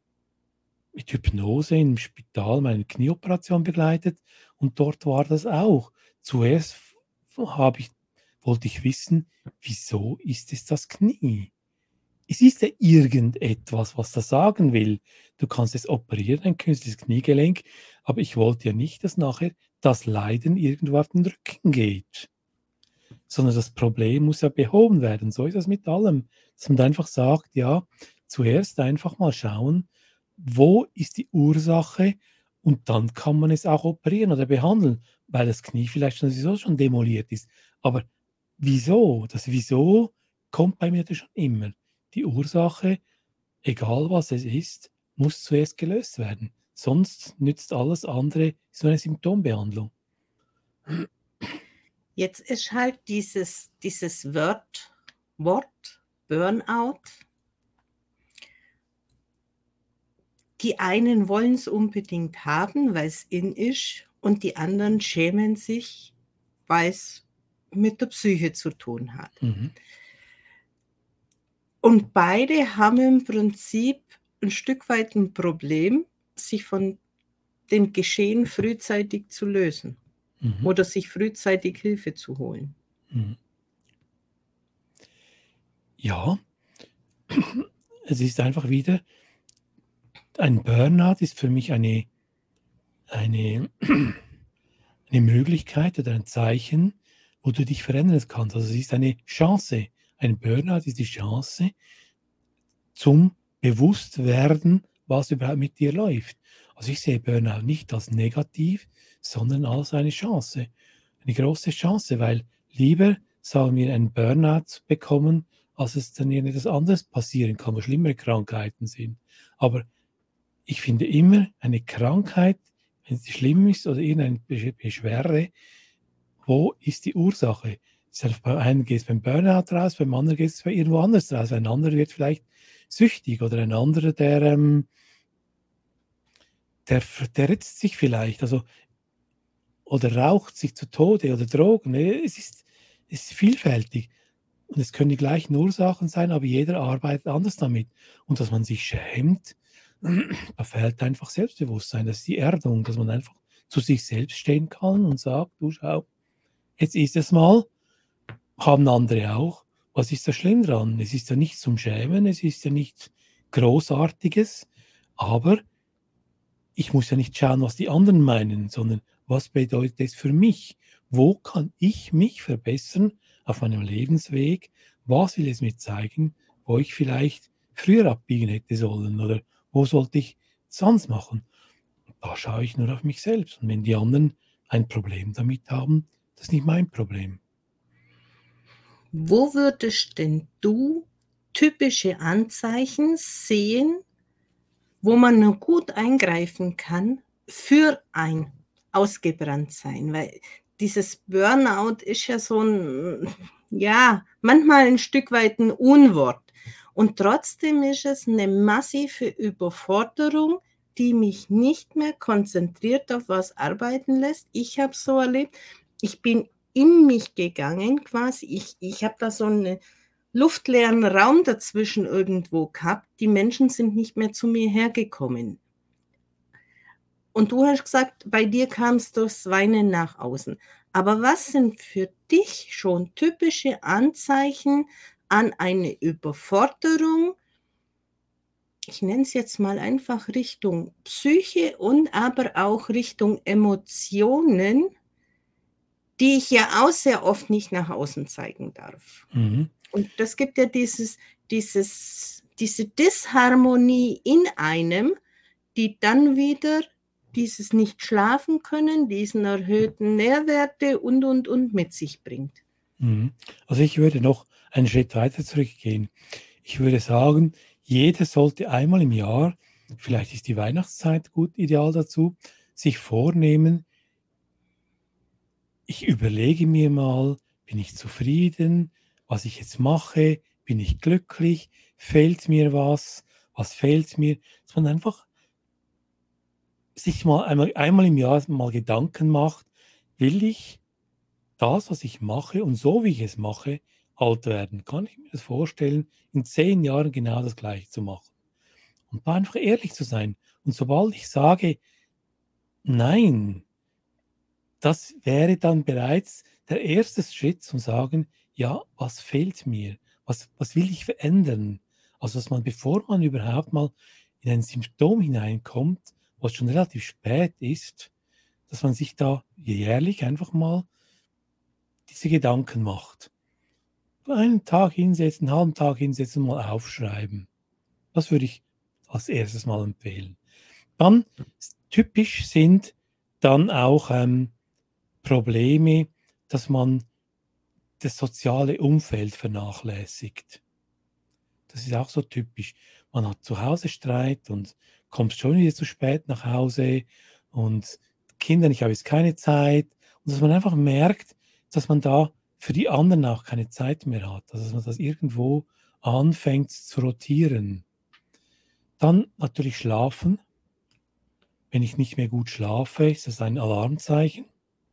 Speaker 2: mit Hypnose im Spital meine Knieoperation begleitet und dort war das auch. Zuerst habe ich, wollte ich wissen, wieso ist es das Knie? Es ist ja irgendetwas, was das sagen will. Du kannst es operieren, ein künstliches Kniegelenk, aber ich wollte ja nicht, dass nachher das Leiden irgendwo auf den Rücken geht, sondern das Problem muss ja behoben werden. So ist das mit allem, dass man einfach sagt, ja, zuerst einfach mal schauen, wo ist die Ursache und dann kann man es auch operieren oder behandeln, weil das Knie vielleicht schon sowieso schon demoliert ist. Aber wieso? Das Wieso kommt bei mir das schon immer. Die Ursache, egal was es ist, muss zuerst gelöst werden. Sonst nützt alles andere so eine Symptombehandlung.
Speaker 1: Jetzt ist halt dieses, dieses Wort, Wort Burnout. Die einen wollen es unbedingt haben, weil es in ist, und die anderen schämen sich, weil es mit der Psyche zu tun hat.
Speaker 2: Mhm.
Speaker 1: Und beide haben im Prinzip ein Stück weit ein Problem, sich von dem Geschehen frühzeitig zu lösen
Speaker 2: Mhm.
Speaker 1: oder sich frühzeitig Hilfe zu holen.
Speaker 2: Mhm. Ja, es ist einfach wieder, ein Burnout ist für mich eine, eine, eine Möglichkeit oder ein Zeichen, wo du dich verändern kannst. Also es ist eine Chance. Ein Burnout ist die Chance zum Bewusstwerden, was überhaupt mit dir läuft. Also ich sehe Burnout nicht als negativ, sondern als eine Chance. Eine große Chance, weil lieber sagen wir einen Burnout bekommen, als es dann irgendetwas anderes passieren kann, wo schlimmere Krankheiten sind. Aber ich finde immer eine Krankheit, wenn sie schlimm ist oder irgendeine Beschwerde, wo ist die Ursache? Es ist einfach, beim einen geht es beim Burnout raus, beim anderen geht es irgendwo anders raus. Ein anderer wird vielleicht süchtig oder ein anderer, der, ähm, der, der ritzt sich vielleicht also, oder raucht sich zu Tode oder Drogen. Es ist, es ist vielfältig. Und es können die gleichen Ursachen sein, aber jeder arbeitet anders damit. Und dass man sich schämt, da fehlt einfach Selbstbewusstsein. Das ist die Erdung, dass man einfach zu sich selbst stehen kann und sagt, du schau, jetzt ist es mal, haben andere auch. Was ist da schlimm dran? Es ist ja nichts zum Schämen, es ist ja nichts Großartiges, aber ich muss ja nicht schauen, was die anderen meinen, sondern was bedeutet es für mich? Wo kann ich mich verbessern auf meinem Lebensweg? Was will es mir zeigen, wo ich vielleicht früher abbiegen hätte sollen oder wo sollte ich sonst machen? Und da schaue ich nur auf mich selbst. Und wenn die anderen ein Problem damit haben, das ist nicht mein Problem.
Speaker 1: Wo würdest denn du typische Anzeichen sehen, wo man nur gut eingreifen kann für ein Ausgebranntsein? Weil dieses Burnout ist ja so ein, ja, manchmal ein Stück weit ein Unwort. Und trotzdem ist es eine massive Überforderung, die mich nicht mehr konzentriert auf was arbeiten lässt. Ich habe so erlebt, ich bin in mich gegangen quasi. Ich, ich habe da so einen luftleeren Raum dazwischen irgendwo gehabt. Die Menschen sind nicht mehr zu mir hergekommen. Und du hast gesagt, bei dir kam es durchs Weinen nach außen. Aber was sind für dich schon typische Anzeichen an eine Überforderung? Ich nenne es jetzt mal einfach Richtung Psyche und aber auch Richtung Emotionen, die ich ja auch sehr oft nicht nach außen zeigen darf.
Speaker 2: Mhm.
Speaker 1: Und das gibt ja dieses, dieses, diese Disharmonie in einem, die dann wieder dieses nicht schlafen können, diesen erhöhten Nährwerte und, und, und mit sich bringt.
Speaker 2: Mhm. Also ich würde noch einen Schritt weiter zurückgehen. Ich würde sagen, jeder sollte einmal im Jahr, vielleicht ist die Weihnachtszeit gut ideal dazu, sich vornehmen, ich überlege mir mal, bin ich zufrieden, was ich jetzt mache, bin ich glücklich, fehlt mir was, was fehlt mir, dass man einfach sich mal einmal, einmal im Jahr mal Gedanken macht, will ich das, was ich mache und so wie ich es mache, alt werden? Kann ich mir das vorstellen, in zehn Jahren genau das Gleiche zu machen? Und da einfach ehrlich zu sein. Und sobald ich sage, nein, das wäre dann bereits der erste Schritt zum sagen, ja, was fehlt mir? Was, was will ich verändern? Also, dass man, bevor man überhaupt mal in ein Symptom hineinkommt, was schon relativ spät ist, dass man sich da jährlich einfach mal diese Gedanken macht. Einen Tag hinsetzen, einen halben Tag hinsetzen, mal aufschreiben. Das würde ich als erstes mal empfehlen. Dann typisch sind dann auch ähm, Probleme, dass man das soziale Umfeld vernachlässigt. Das ist auch so typisch. Man hat zu Hause Streit und kommt schon wieder zu spät nach Hause und Kinder, ich habe jetzt keine Zeit. Und dass man einfach merkt, dass man da für die anderen auch keine Zeit mehr hat. Also dass man das irgendwo anfängt zu rotieren. Dann natürlich schlafen. Wenn ich nicht mehr gut schlafe, ist das ein Alarmzeichen.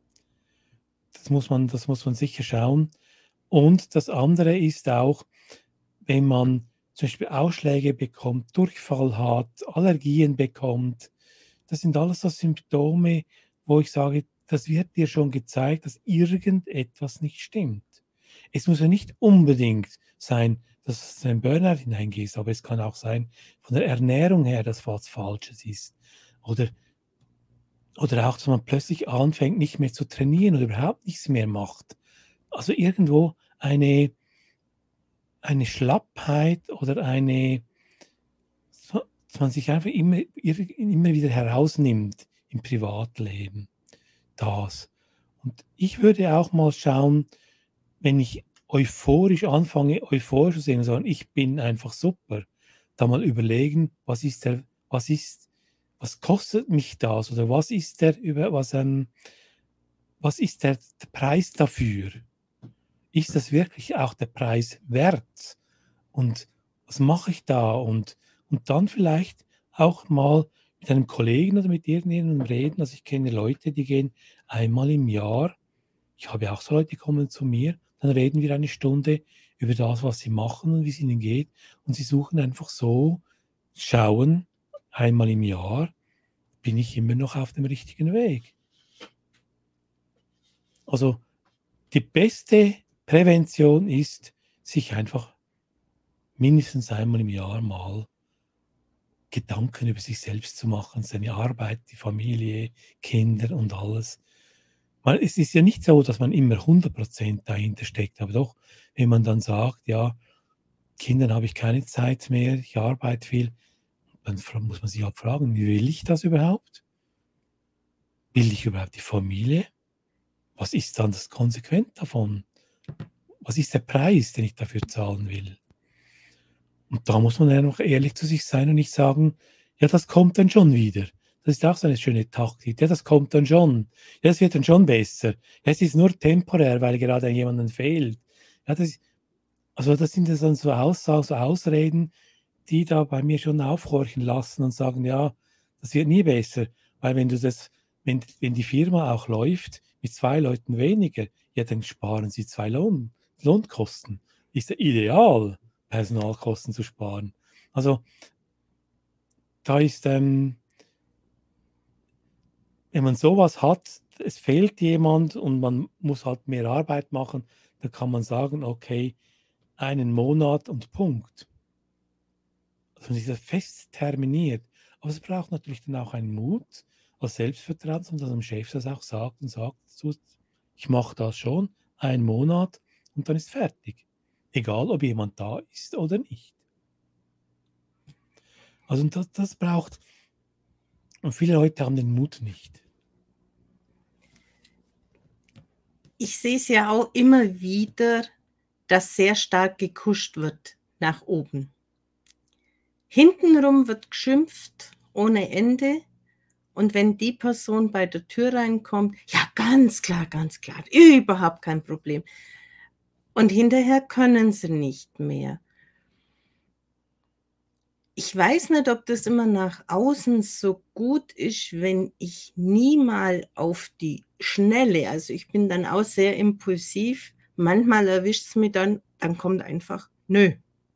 Speaker 2: Das muss man, das muss man sicher schauen. Und das andere ist auch, wenn man zum Beispiel Ausschläge bekommt, Durchfall hat, Allergien bekommt. Das sind alles so Symptome, wo ich sage, das wird dir schon gezeigt, dass irgendetwas nicht stimmt. Es muss ja nicht unbedingt sein, dass du in einen Burnout hineingehst, aber es kann auch sein, von der Ernährung her, dass was Falsches ist. Oder, oder auch, dass man plötzlich anfängt, nicht mehr zu trainieren oder überhaupt nichts mehr macht. Also irgendwo eine, eine Schlappheit oder eine, dass man sich einfach immer, immer wieder herausnimmt im Privatleben. Das. Und ich würde auch mal schauen, wenn ich euphorisch anfange, euphorisch zu sehen und sagen, ich bin einfach super, da mal überlegen, was ist der, was ist, was kostet mich das oder was ist der, was, ähm, was ist der, der Preis dafür? Ist das wirklich auch der Preis wert? Und was mache ich da? Und, und dann vielleicht auch mal mit einem Kollegen oder mit irgendjemandem reden. Also ich kenne Leute, die gehen einmal im Jahr, ich habe auch so Leute, die kommen zu mir, dann reden wir eine Stunde über das, was sie machen und wie es ihnen geht. Und sie suchen einfach so, schauen, einmal im Jahr, bin ich immer noch auf dem richtigen Weg. Also die beste Prävention ist, sich einfach mindestens einmal im Jahr mal Gedanken über sich selbst zu machen, seine Arbeit, die Familie, Kinder und alles. Weil es ist ja nicht so, dass man immer hundert Prozent dahinter steckt, aber doch, wenn man dann sagt, ja, Kindern habe ich keine Zeit mehr, ich arbeite viel, dann muss man sich halt fragen, wie will ich das überhaupt? Will ich überhaupt die Familie? Was ist dann das Konsequent davon? Was ist der Preis, den ich dafür zahlen will? Und da muss man ja noch ehrlich zu sich sein und nicht sagen, ja, das kommt dann schon wieder. Das ist auch so eine schöne Taktik. Ja, das kommt dann schon. Ja, das wird dann schon besser. Ja, es ist nur temporär, weil gerade jemandem fehlt. Ja, das, also das sind ja dann so Aussagen, so Ausreden, die da bei mir schon aufhorchen lassen und sagen, ja, das wird nie besser. Weil wenn du das, wenn, wenn die Firma auch läuft mit zwei Leuten weniger, ja, dann sparen sie zwei Lohn, Lohnkosten. Ist ja ideal, Personalkosten zu sparen. Also da ist, ähm, wenn man sowas hat, es fehlt jemand und man muss halt mehr Arbeit machen, dann kann man sagen, okay, einen Monat und Punkt. Also nicht fest terminiert. Aber es braucht natürlich dann auch einen Mut als Selbstvertrauen, dass dem Chef das auch sagt und sagt, so, ich mache das schon, einen Monat und dann ist fertig. Egal, ob jemand da ist oder nicht. Also das, das braucht, und viele Leute haben den Mut nicht.
Speaker 1: Ich sehe es ja auch immer wieder, dass sehr stark gekuscht wird nach oben. Hintenrum wird geschimpft ohne Ende. Und wenn die Person bei der Tür reinkommt, ja, ganz klar, ganz klar, überhaupt kein Problem. Und hinterher können sie nicht mehr. Ich weiß nicht, ob das immer nach außen so gut ist, wenn ich nie mal auf die Schnelle, also ich bin dann auch sehr impulsiv, manchmal erwischt es mich dann, dann kommt einfach, nö.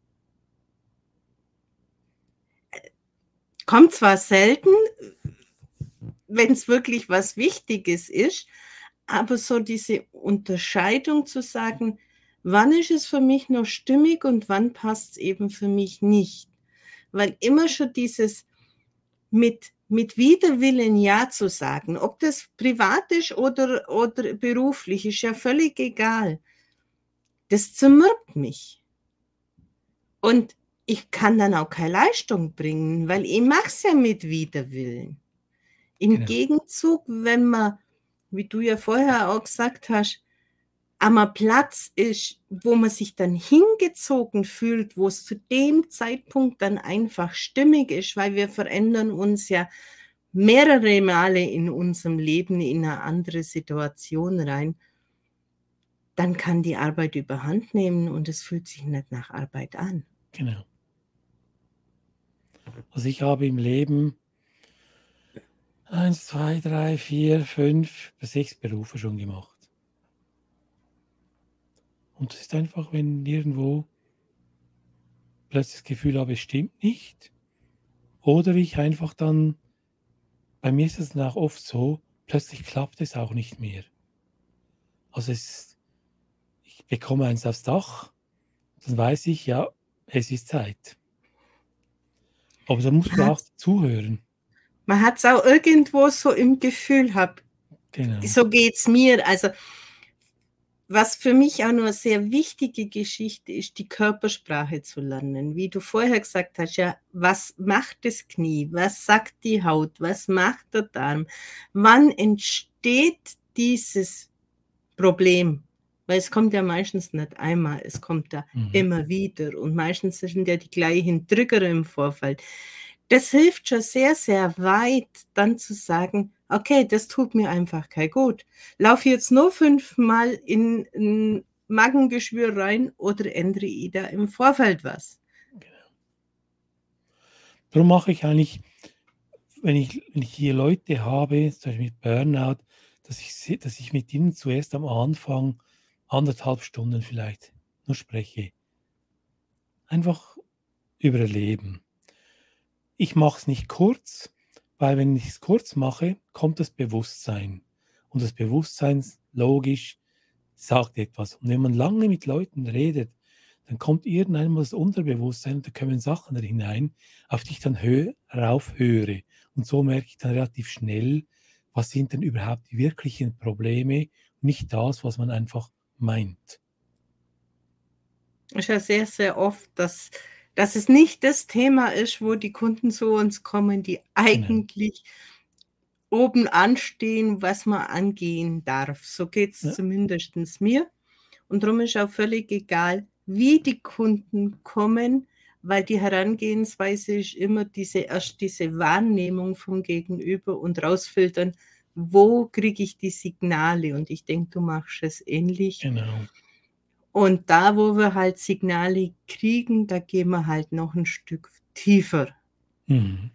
Speaker 1: Kommt zwar selten, wenn es wirklich was Wichtiges ist, aber so diese Unterscheidung zu sagen, wann ist es für mich noch stimmig und wann passt es eben für mich nicht. Weil immer schon dieses mit, mit Widerwillen Ja zu sagen, ob das privat ist oder, oder beruflich, ist ja völlig egal. Das zermürbt mich. Und ich kann dann auch keine Leistung bringen, weil ich mache es ja mit Widerwillen. Im
Speaker 2: Genau.
Speaker 1: Gegenzug, wenn man, wie du ja vorher auch gesagt hast, am Platz ist, wo man sich dann hingezogen fühlt, wo es zu dem Zeitpunkt dann einfach stimmig ist, weil wir verändern uns ja mehrere Male in unserem Leben in eine andere Situation rein, dann kann die Arbeit überhand nehmen und es fühlt sich nicht nach Arbeit an.
Speaker 2: Genau. Also ich habe im Leben eins, zwei, drei, vier, fünf, sechs Berufe schon gemacht. Und es ist einfach, wenn irgendwo plötzlich das Gefühl habe, es stimmt nicht. Oder ich einfach dann, bei mir ist es dann auch oft so, plötzlich klappt es auch nicht mehr. Also es, ich bekomme eins aufs Dach, dann weiß ich, ja, es ist Zeit. Aber da musst du auch zuhören.
Speaker 1: Man hat es auch irgendwo so im Gefühl, hab,
Speaker 2: Genau.
Speaker 1: so geht es mir. Also was für mich auch noch eine sehr wichtige Geschichte ist, die Körpersprache zu lernen. Wie du vorher gesagt hast, ja, was macht das Knie? Was sagt die Haut? Was macht der Darm? Wann entsteht dieses Problem? Weil es kommt ja meistens nicht einmal, es kommt ja
Speaker 2: Mhm.
Speaker 1: immer wieder. Und meistens sind ja die gleichen Trigger im Vorfeld. Das hilft schon sehr, sehr weit, dann zu sagen, okay, das tut mir einfach kein gut. Lauf jetzt nur fünfmal in ein Magengeschwür rein oder ändere ich da im Vorfeld was?
Speaker 2: Genau. Darum mache ich eigentlich, wenn ich, wenn ich hier Leute habe, zum Beispiel mit Burnout, dass ich, dass ich mit ihnen zuerst am Anfang anderthalb Stunden vielleicht nur spreche. Einfach über ihr Leben. Ich mache es nicht kurz, weil wenn ich es kurz mache, kommt das Bewusstsein. Und das Bewusstsein, logisch, sagt etwas. Und wenn man lange mit Leuten redet, dann kommt irgendwann mal das Unterbewusstsein und da kommen Sachen da hinein, auf die ich dann hö rauf höre. Und so merke ich dann relativ schnell, was sind denn überhaupt die wirklichen Probleme, nicht das, was man einfach meint.
Speaker 1: Es ist ja sehr, sehr oft, dass, dass es nicht das Thema ist, wo die Kunden zu uns kommen, die eigentlich genau. oben anstehen, was man angehen darf. So geht es
Speaker 2: Ja.
Speaker 1: zumindest mir. Und darum ist auch völlig egal, wie die Kunden kommen, weil die Herangehensweise ist immer diese erst diese Wahrnehmung vom Gegenüber und rausfiltern, wo kriege ich die Signale? Und ich denke, du machst es ähnlich.
Speaker 2: Genau.
Speaker 1: Und da, wo wir halt Signale kriegen, da gehen wir halt noch ein Stück tiefer.
Speaker 2: Mhm.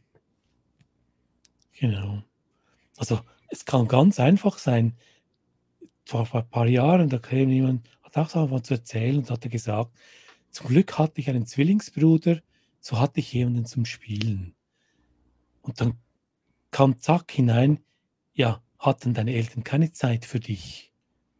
Speaker 2: Genau. Also es kann ganz einfach sein. Vor, vor ein paar Jahren, da kam jemand, hat auch so angefangen zu erzählen und hatte gesagt, zum Glück hatte ich einen Zwillingsbruder, so hatte ich jemanden zum Spielen. Und dann kam zack hinein, ja, hatten deine Eltern keine Zeit für dich.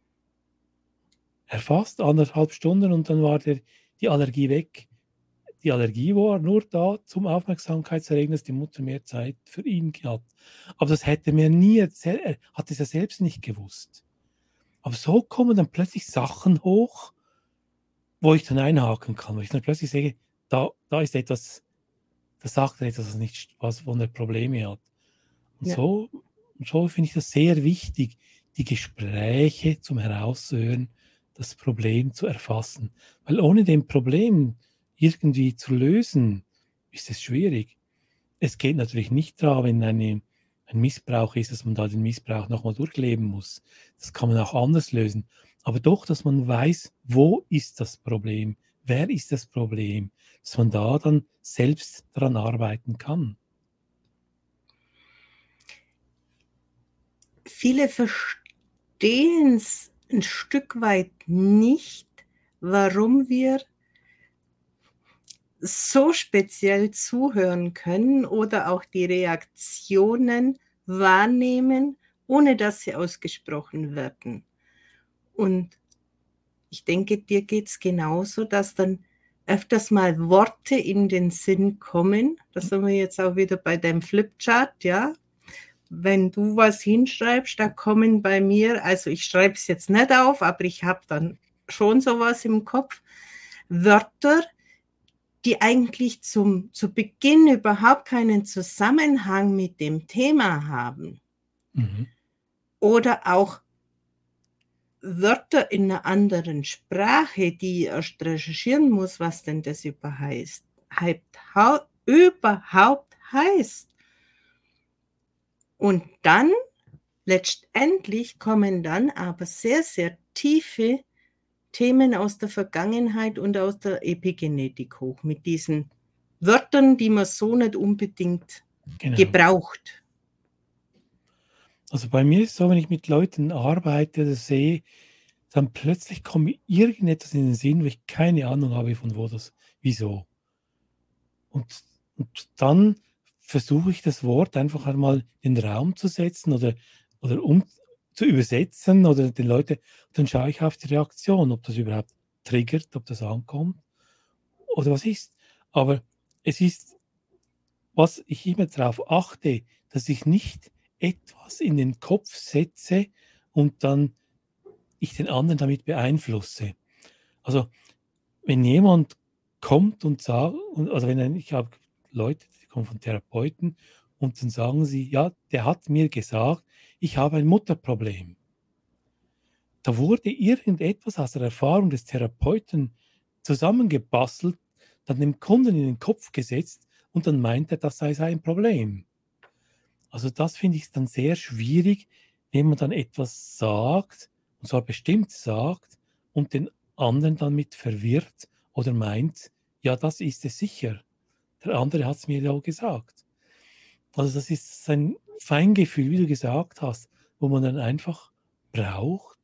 Speaker 2: Erfasst anderthalb Stunden und dann war der, die Allergie weg. Die Allergie war nur da zum Aufmerksamkeitserregen, dass die Mutter mehr Zeit für ihn gehabt. Aber das hätte mir nie erzählt, er hat es ja selbst nicht gewusst. Aber so kommen dann plötzlich Sachen hoch, wo ich dann einhaken kann, wo ich dann plötzlich sehe, da, da ist etwas, da sagt er etwas, was nicht, was, wo er Probleme hat. Und
Speaker 1: Ja.
Speaker 2: so, so finde ich das sehr wichtig, die Gespräche zum Heraushören, das Problem zu erfassen. Weil ohne dem Problem irgendwie zu lösen, ist es schwierig. Es geht natürlich nicht darum, wenn eine, ein Missbrauch ist, dass man da den Missbrauch nochmal durchleben muss. Das kann man auch anders lösen. Aber doch, dass man weiß, wo ist das Problem, wer ist das Problem, dass man da dann selbst daran arbeiten kann.
Speaker 1: Viele verstehen es ein Stück weit nicht, warum wir so speziell zuhören können oder auch die Reaktionen wahrnehmen, ohne dass sie ausgesprochen werden. Und ich denke, dir geht es genauso, dass dann öfters mal Worte in den Sinn kommen. Da sind wir jetzt auch wieder bei deinem Flipchart, ja. Wenn du was hinschreibst, da kommen bei mir, also ich schreibe es jetzt nicht auf, aber ich habe dann schon sowas im Kopf, Wörter, die eigentlich zum, zu Beginn überhaupt keinen Zusammenhang mit dem Thema haben.
Speaker 2: Mhm. Oder
Speaker 1: auch Wörter in einer anderen Sprache, die ich erst recherchieren muss, was denn das überhaupt heißt. Und dann, letztendlich, kommen dann aber sehr, sehr tiefe Themen aus der Vergangenheit und aus der Epigenetik hoch, mit diesen Wörtern, die man so nicht unbedingt genau. gebraucht.
Speaker 2: Also bei mir ist es so, wenn ich mit Leuten arbeite oder sehe, dann plötzlich kommt mir irgendetwas in den Sinn, wo ich keine Ahnung habe, von wo das, wieso. Und, und dann versuche ich das Wort einfach einmal in den Raum zu setzen oder, oder um zu übersetzen oder den Leuten, dann schaue ich auf die Reaktion, ob das überhaupt triggert, ob das ankommt oder was ist. Aber es ist, was ich immer darauf achte, dass ich nicht etwas in den Kopf setze und dann ich den anderen damit beeinflusse. Also wenn jemand kommt und sagt, also wenn ein, ich habe Leute, die kommen von Therapeuten und dann sagen sie, ja, der hat mir gesagt, ich habe ein Mutterproblem. Da wurde irgendetwas aus der Erfahrung des Therapeuten zusammengebastelt, dann dem Kunden in den Kopf gesetzt und dann meint er, das sei sein Problem. Also das finde ich dann sehr schwierig, wenn man dann etwas sagt, und zwar bestimmt sagt, und den anderen dann mit verwirrt oder meint, ja, das ist es sicher. Der andere hat es mir ja gesagt. Also das ist ein Feingefühl, wie du gesagt hast, wo man dann einfach braucht,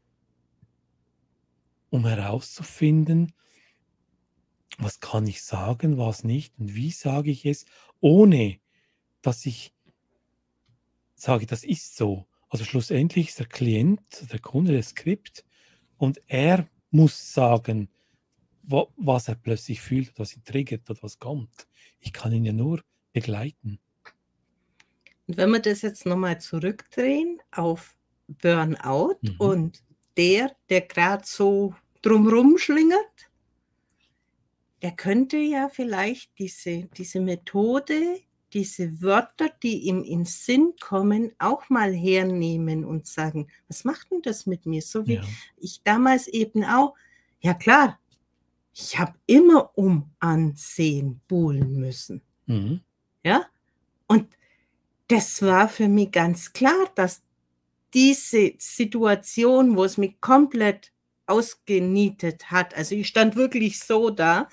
Speaker 2: um herauszufinden, was kann ich sagen, was nicht und wie sage ich es, ohne dass ich sage, das ist so. Also schlussendlich ist der Klient, der Kunde, das Skript und er muss sagen, wo, was er plötzlich fühlt, was ihn triggert oder was kommt. Ich kann ihn ja nur begleiten.
Speaker 1: Und wenn wir das jetzt nochmal zurückdrehen auf Burnout mhm. und der, der gerade so drumrum schlingert, der könnte ja vielleicht diese, diese Methode, diese Wörter, die ihm in Sinn kommen, auch mal hernehmen und sagen, was macht denn das mit mir? So wie ja. ich damals eben auch, ja klar, Ich habe immer um Ansehen buhlen müssen.
Speaker 2: Mhm.
Speaker 1: Ja? Und das war für mich ganz klar, dass diese Situation, wo es mich komplett ausgenietet hat, also ich stand wirklich so da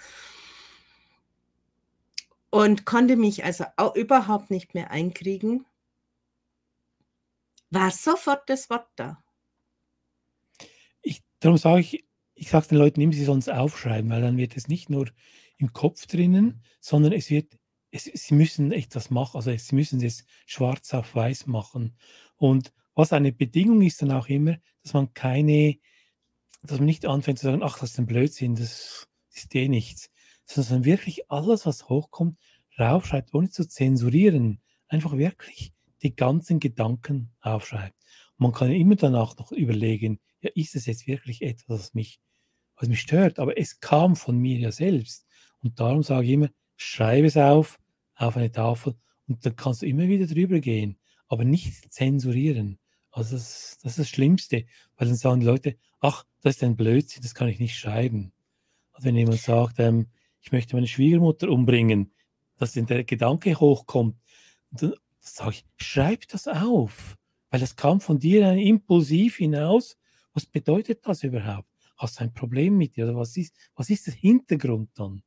Speaker 1: und konnte mich also auch überhaupt nicht mehr einkriegen, war sofort das Wort da.
Speaker 2: Ich, darum sage ich, ich sage den Leuten immer, sie sollen es aufschreiben, weil dann wird es nicht nur im Kopf drinnen, sondern es wird, es, sie müssen etwas machen, also sie müssen es schwarz auf weiß machen. Und was eine Bedingung ist dann auch immer, dass man keine, dass man nicht anfängt zu sagen, ach, das ist ein Blödsinn, das ist eh nichts, sondern dass man wirklich alles, was hochkommt, raufschreibt, ohne zu zensurieren. Einfach wirklich die ganzen Gedanken aufschreibt. Und man kann immer danach noch überlegen, ja, ist es jetzt wirklich etwas, was mich, was mich stört? Aber es kam von mir ja selbst. Und darum sage ich immer, schreibe es auf, auf eine Tafel und dann kannst du immer wieder drüber gehen, aber nicht zensurieren. Also das, das ist das Schlimmste, weil dann sagen die Leute, ach, das ist ein Blödsinn, das kann ich nicht schreiben. Also wenn jemand sagt, ähm, ich möchte meine Schwiegermutter umbringen, dass dann der Gedanke hochkommt, dann sage ich, schreib das auf, weil das kam von dir ein Impulsiv hinaus. Was bedeutet das überhaupt? Hast du ein Problem mit dir? Oder was ist, was ist der Hintergrund dann?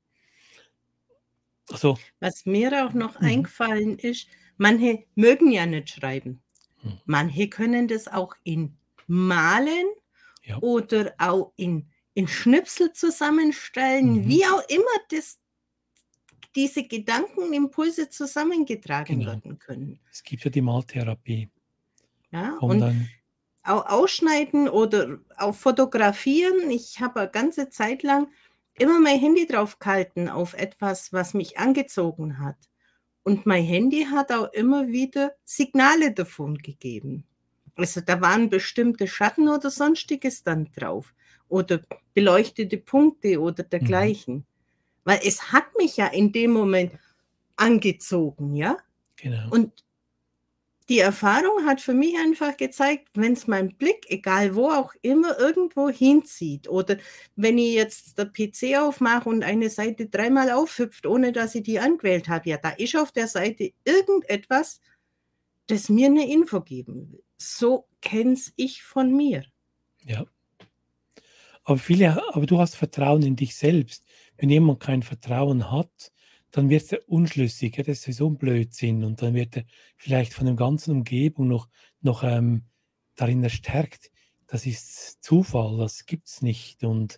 Speaker 2: Also,
Speaker 1: Was mir auch noch
Speaker 2: mhm.
Speaker 1: eingefallen ist, manche mögen ja nicht schreiben.
Speaker 2: Mhm.
Speaker 1: Manche können das auch in Malen
Speaker 2: Ja.
Speaker 1: oder auch in, in Schnipsel zusammenstellen,
Speaker 2: Mhm.
Speaker 1: wie auch immer das, diese Gedankenimpulse zusammengetragen
Speaker 2: Genau.
Speaker 1: werden können.
Speaker 2: Es gibt ja die Maltherapie.
Speaker 1: Ja,
Speaker 2: Kommt
Speaker 1: und
Speaker 2: dann,
Speaker 1: auch ausschneiden oder auch fotografieren. Ich habe eine ganze Zeit lang immer mein Handy drauf gehalten auf etwas, was mich angezogen hat. Und mein Handy hat auch immer wieder Signale davon gegeben. Also da waren bestimmte Schatten oder sonstiges dann drauf oder beleuchtete Punkte oder
Speaker 2: mhm.
Speaker 1: dergleichen. Weil es hat mich ja in dem Moment angezogen, ja?
Speaker 2: Genau.
Speaker 1: Und die Erfahrung hat für mich einfach gezeigt, wenn es mein Blick, egal wo auch immer, irgendwo hinzieht oder wenn ich jetzt der P C aufmache und eine Seite dreimal aufhüpft, ohne dass ich die angewählt habe, ja, da ist auf der Seite irgendetwas, das mir eine Info geben will. So kenn's ich von mir.
Speaker 2: Ja. Aber viele, aber du hast Vertrauen in dich selbst. Wenn jemand kein Vertrauen hat, dann wird er unschlüssig. Ja, das ist sowieso ein Blödsinn. Und dann wird er vielleicht von der ganzen Umgebung noch, noch ähm, darin erstärkt. Das ist Zufall, das gibt es nicht. Und,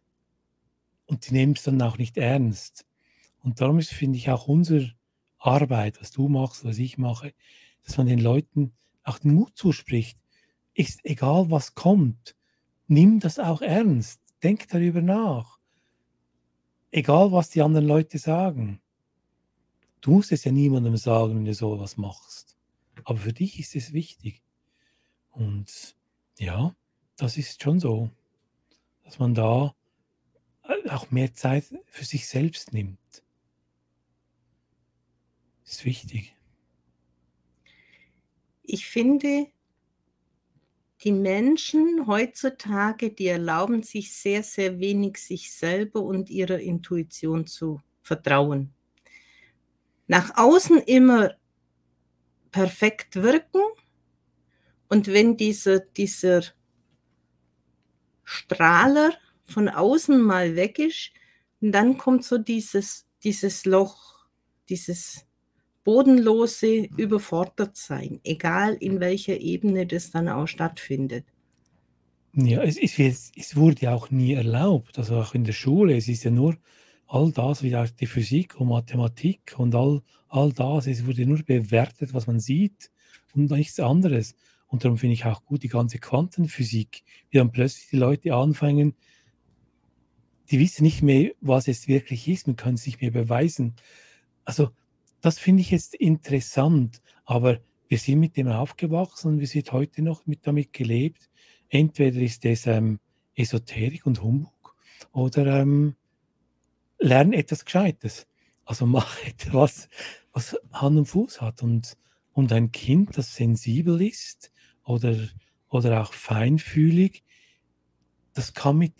Speaker 2: und die nehmen es dann auch nicht ernst. Und darum ist, finde ich, auch unsere Arbeit, was du machst, was ich mache, dass man den Leuten auch den Mut zuspricht. Ist egal, was kommt, nimm das auch ernst. Denk darüber nach. Egal, was die anderen Leute sagen. Du musst es ja niemandem sagen, wenn du sowas machst. Aber für dich ist es wichtig. Und ja, das ist schon so, dass man da auch mehr Zeit für sich selbst nimmt. Ist wichtig.
Speaker 1: Ich finde, die Menschen heutzutage, die erlauben sich sehr, sehr wenig, sich selber und ihrer Intuition zu vertrauen. Nach außen immer perfekt wirken und wenn dieser, dieser Strahler von außen mal weg ist, dann kommt so dieses, dieses Loch, dieses bodenlose Überfordertsein, egal in welcher Ebene das dann auch stattfindet.
Speaker 2: Ja, es, es, es, es wurde ja auch nie erlaubt, also auch in der Schule. Es ist ja nur all das, wie auch die Physik und Mathematik und all, all das, es wurde nur bewertet, was man sieht und nichts anderes. Und darum finde ich auch gut die ganze Quantenphysik, wie dann plötzlich die Leute anfangen, die wissen nicht mehr, was es wirklich ist, man kann es nicht mehr beweisen. Also das finde ich jetzt interessant, aber wir sind mit dem aufgewachsen und wir sind heute noch mit damit gelebt. Entweder ist es ähm, Esoterik und Humbug oder ähm, lern etwas Gescheites. Also mach etwas, was Hand und Fuß hat. Und, und ein Kind, das sensibel ist oder, oder auch feinfühlig, das kann mit dem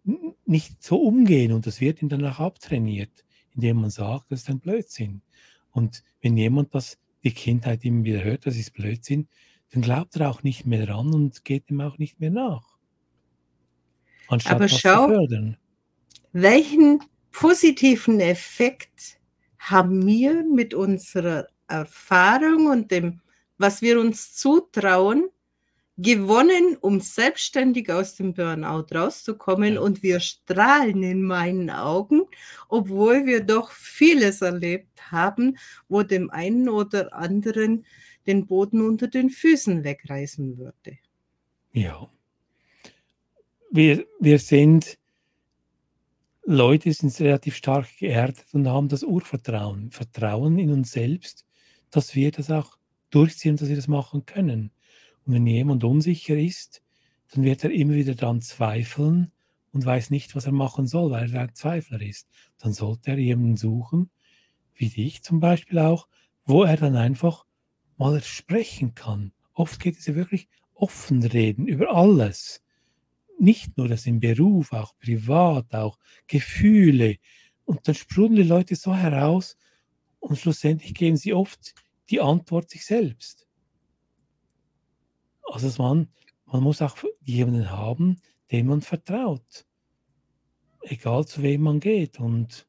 Speaker 2: n- nicht so umgehen und das wird ihm dann auch abtrainiert, indem man sagt, das ist ein Blödsinn. Und wenn jemand das die Kindheit immer wieder hört, das ist Blödsinn, dann glaubt er auch nicht mehr dran und geht ihm auch nicht mehr nach,
Speaker 1: Aber
Speaker 2: anstatt das zu
Speaker 1: schau,
Speaker 2: fördern.
Speaker 1: welchen positiven Effekt haben wir mit unserer Erfahrung und dem, was wir uns zutrauen, gewonnen, um selbstständig aus dem Burnout rauszukommen.
Speaker 2: Ja.
Speaker 1: Und wir strahlen in meinen Augen, obwohl wir doch vieles erlebt haben, wo dem einen oder anderen den Boden unter den Füßen wegreißen würde.
Speaker 2: Ja. Wir, wir sind Leute, die sind relativ stark geerdet und haben das Urvertrauen, Vertrauen in uns selbst, dass wir das auch durchziehen, dass wir das machen können. Und wenn jemand unsicher ist, dann wird er immer wieder dann zweifeln und weiß nicht, was er machen soll, weil er ein Zweifler ist. Dann sollte er jemanden suchen, wie dich zum Beispiel auch, wo er dann einfach mal sprechen kann. Oft geht es ja wirklich offen reden über alles. Nicht nur das im Beruf, auch privat, auch Gefühle. Und dann sprudeln die Leute so heraus und schlussendlich geben sie oft die Antwort sich selbst. Also man, man muss auch jemanden haben, dem man vertraut. Egal zu wem man geht. Und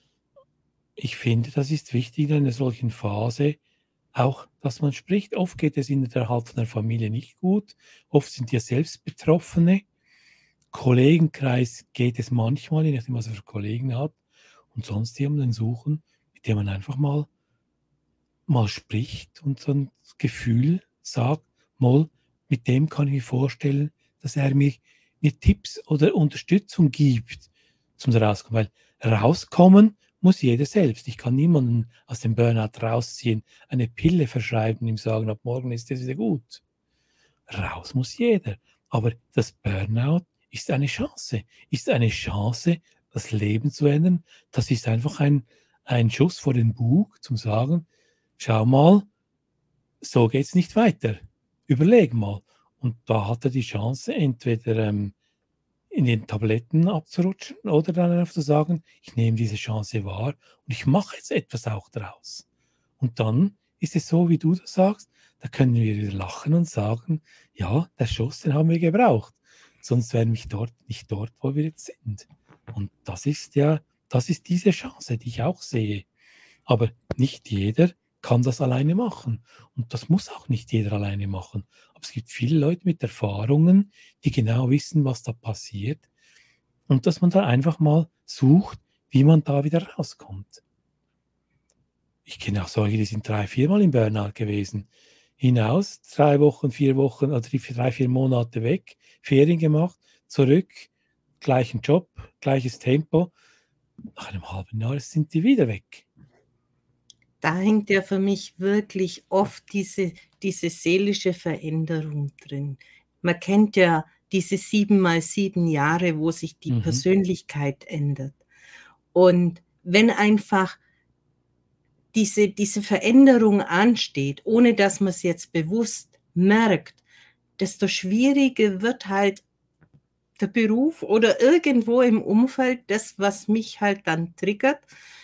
Speaker 2: ich finde, das ist wichtig in einer solchen Phase, auch, dass man spricht. Oft geht es innerhalb von der Familie nicht gut. Oft sind ja selbst Betroffene. Kollegenkreis geht es manchmal, je nachdem, was er für Kollegen hat. Und sonst jemanden suchen, mit dem man einfach mal, mal spricht und so ein Gefühl sagt, mal, mit dem kann ich mir vorstellen, dass er mir, mir Tipps oder Unterstützung gibt, zum rauskommen. Weil rauskommen muss jeder selbst. Ich kann niemanden aus dem Burnout rausziehen, eine Pille verschreiben, ihm sagen, ab morgen ist es wieder gut. Raus muss jeder. Aber das Burnout ist eine Chance. Ist eine Chance, das Leben zu ändern. Das ist einfach ein, ein Schuss vor den Bug, zum sagen, schau mal, so geht's nicht weiter. Überleg mal. Und da hat er die Chance, entweder ähm, in den Tabletten abzurutschen oder dann einfach zu sagen, ich nehme diese Chance wahr und ich mache jetzt etwas auch draus. Und dann ist es so, wie du das sagst, da können wir wieder lachen und sagen, ja, der Schuss, den haben wir gebraucht. Sonst wären wir dort, nicht dort, wo wir jetzt sind. Und das ist ja, das ist diese Chance, die ich auch sehe. Aber nicht jeder kann das alleine machen. Und das muss auch nicht jeder alleine machen. Aber es gibt viele Leute mit Erfahrungen, die genau wissen, was da passiert. Und dass man da einfach mal sucht, wie man da wieder rauskommt. Ich kenne auch solche, die sind drei, viermal im Burnout gewesen. Hinaus, drei Wochen, vier Wochen, oder drei, vier Monate weg, Ferien gemacht, zurück, gleichen Job, gleiches Tempo. Nach einem halben Jahr sind die wieder weg.
Speaker 1: Da hängt ja für mich wirklich oft diese, diese seelische Veränderung drin. Man kennt ja diese sieben mal sieben Jahre, wo sich die
Speaker 2: Mhm.
Speaker 1: Persönlichkeit ändert. Und wenn einfach diese, diese Veränderung ansteht, ohne dass man es jetzt bewusst merkt, desto schwieriger wird halt der Beruf oder irgendwo im Umfeld das, was mich halt dann triggert,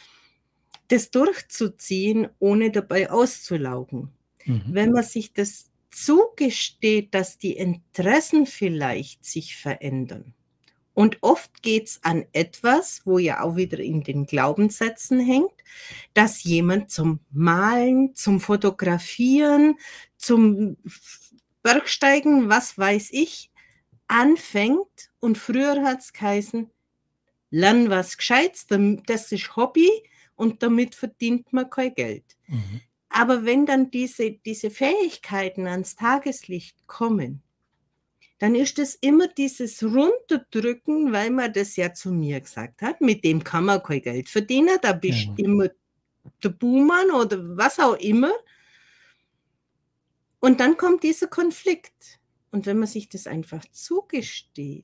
Speaker 1: das durchzuziehen, ohne dabei auszulaugen.
Speaker 2: Mhm.
Speaker 1: Wenn man sich das zugesteht, dass die Interessen vielleicht sich verändern. Und oft geht es an etwas, wo ja auch wieder in den Glaubenssätzen hängt, dass jemand zum Malen, zum Fotografieren, zum Bergsteigen, was weiß ich, anfängt. Und früher hat es geheißen, lern was Gescheites, das ist Hobby und damit verdient man kein Geld.
Speaker 2: Mhm.
Speaker 1: Aber wenn dann diese, diese Fähigkeiten ans Tageslicht kommen, dann ist es immer dieses Runterdrücken, weil man das ja zu mir gesagt hat, mit dem kann man kein Geld verdienen, da bist du
Speaker 2: Ja.
Speaker 1: immer der Buhmann oder was auch immer. Und dann kommt dieser Konflikt. Und wenn man sich das einfach zugesteht,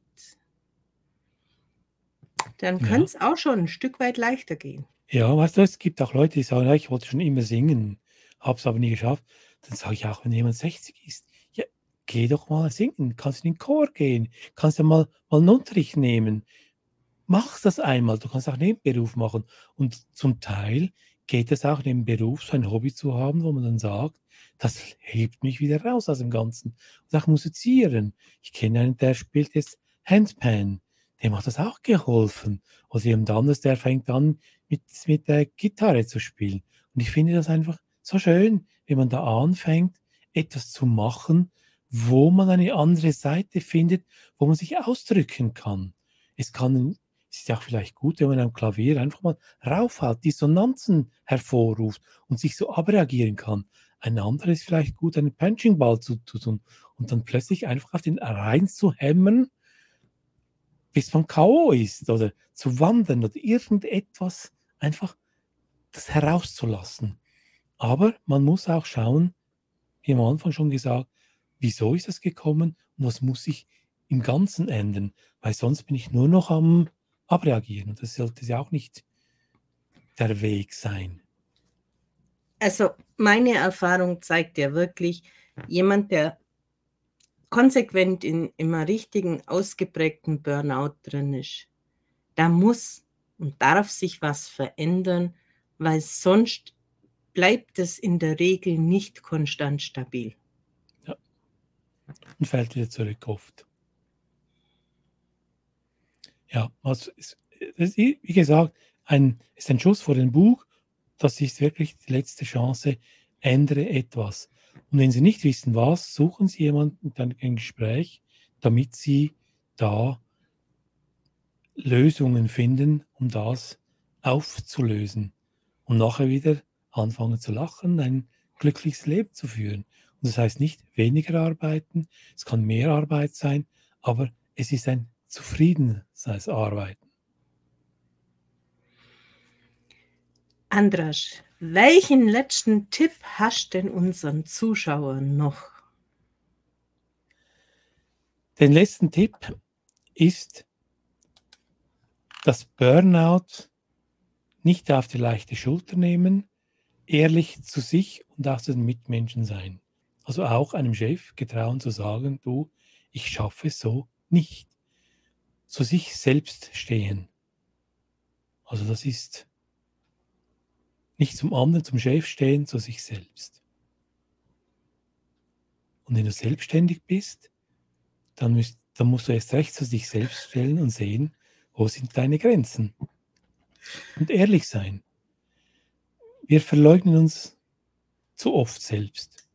Speaker 1: dann
Speaker 2: Ja.
Speaker 1: kann es auch schon ein Stück weit leichter gehen.
Speaker 2: Ja, weißt du, es gibt auch Leute, die sagen, ja, ich wollte schon immer singen, habe es aber nie geschafft. Dann sage ich auch, wenn jemand sechzig ist, ja, geh doch mal singen, kannst in den Chor gehen, kannst ja mal, mal einen Unterricht nehmen. mach das einmal. Du kannst auch Nebenberuf machen. Und zum Teil geht es auch neben Beruf, so ein Hobby zu haben, wo man dann sagt, das hebt mich wieder raus aus dem Ganzen. Und auch musizieren. Ich kenne einen, der spielt jetzt Handpan. Dem hat das auch geholfen. Oder jemand anderes, der fängt an, mit, mit der Gitarre zu spielen. Und ich finde das einfach so schön, wenn man da anfängt, etwas zu machen, wo man eine andere Seite findet, wo man sich ausdrücken kann. Es kann, es ist ja auch vielleicht gut, wenn man am Klavier einfach mal raufhaut, Dissonanzen hervorruft und sich so abreagieren kann. Ein anderer ist vielleicht gut, einen Punching Ball zu, zu tun und dann plötzlich einfach auf den rein zu hämmern, bis man K O ist oder zu wandern oder irgendetwas einfach das herauszulassen. Aber man muss auch schauen, wie am Anfang schon gesagt, wieso ist das gekommen und was muss ich im Ganzen ändern, weil sonst bin ich nur noch am Abreagieren und das sollte ja auch nicht der Weg sein.
Speaker 1: Also meine Erfahrung zeigt ja wirklich, jemand, der konsequent in immer richtigen, ausgeprägten Burnout drin ist, da muss und darf sich was verändern, weil sonst bleibt es in der Regel nicht konstant stabil.
Speaker 2: Ja. Und fällt wieder zurück oft. Ja, also es, es, wie gesagt, ein, ist ein Schuss vor den Bug. Das ist wirklich die letzte Chance. Ändere etwas. Und wenn Sie nicht wissen, was, suchen Sie jemanden, dann ein Gespräch, damit Sie da Lösungen finden, um das aufzulösen. Und nachher wieder anfangen zu lachen, ein glückliches Leben zu führen. Und das heißt nicht weniger arbeiten, es kann mehr Arbeit sein, aber es ist ein zufriedenes Arbeiten.
Speaker 1: Andras, welchen letzten Tipp hast du denn unseren Zuschauern noch?
Speaker 2: Den letzten Tipp ist, das Burnout nicht auf die leichte Schulter nehmen, ehrlich zu sich und auch zu den Mitmenschen sein. Also auch einem Chef getrauen zu sagen, du, ich schaffe es so nicht. Zu sich selbst stehen. Also das ist nicht zum anderen, zum Chef stehen, zu sich selbst. Und wenn du selbstständig bist, dann, müsst, dann musst du erst recht zu dich selbst stellen und sehen, wo sind deine Grenzen. Und ehrlich sein. Wir verleugnen uns zu oft selbst.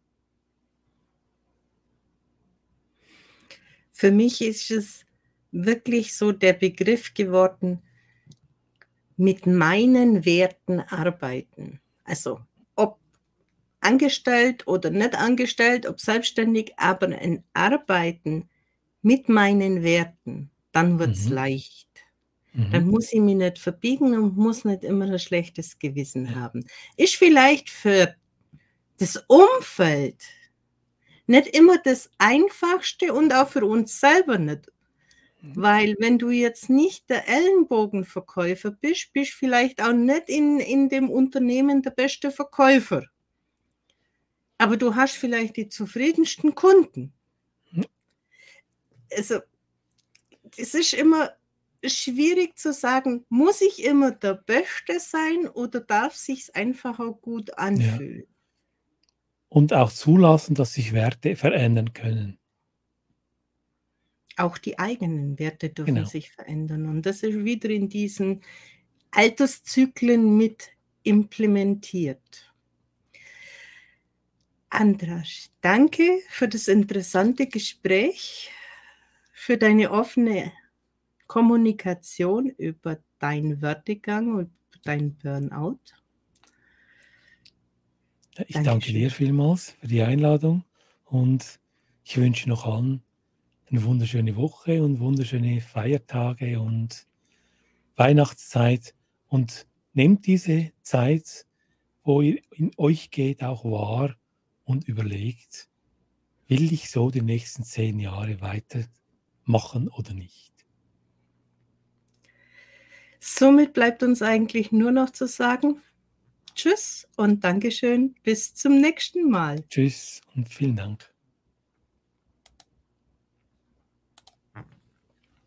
Speaker 1: Für mich ist es wirklich so der Begriff geworden, mit meinen Werten arbeiten. Also ob angestellt oder nicht angestellt, ob selbstständig, aber ein Arbeiten mit meinen Werten, dann wird es
Speaker 2: Mhm.
Speaker 1: leicht.
Speaker 2: Mhm.
Speaker 1: Dann muss ich mich nicht verbiegen und muss nicht immer ein schlechtes Gewissen ja. haben. Ist vielleicht für das Umfeld nicht immer das Einfachste und auch für uns selber nicht. Weil wenn du jetzt nicht der Ellenbogenverkäufer bist, bist vielleicht auch nicht in, in dem Unternehmen der beste Verkäufer. Aber du hast vielleicht die zufriedensten Kunden. Also es ist immer schwierig zu sagen, muss ich immer der Beste sein oder darf sich's einfach auch gut anfühlen?
Speaker 2: Ja. Und auch zulassen, dass sich Werte verändern können.
Speaker 1: Auch die eigenen Werte dürfen
Speaker 2: Genau.
Speaker 1: sich verändern. Und das ist wieder in diesen Alterszyklen mit implementiert. Andras, danke für das interessante Gespräch, für deine offene Kommunikation über deinen Werdegang und deinen Burnout.
Speaker 2: Ich
Speaker 1: Dankeschön.
Speaker 2: danke dir vielmals für die Einladung und ich wünsche noch allen eine wunderschöne Woche und wunderschöne Feiertage und Weihnachtszeit und nehmt diese Zeit, wo ihr in euch geht, auch wahr und überlegt, will ich so die nächsten zehn Jahre weitermachen oder nicht?
Speaker 1: Somit bleibt uns eigentlich nur noch zu sagen, tschüss und Dankeschön, bis zum nächsten Mal.
Speaker 2: Tschüss und vielen Dank.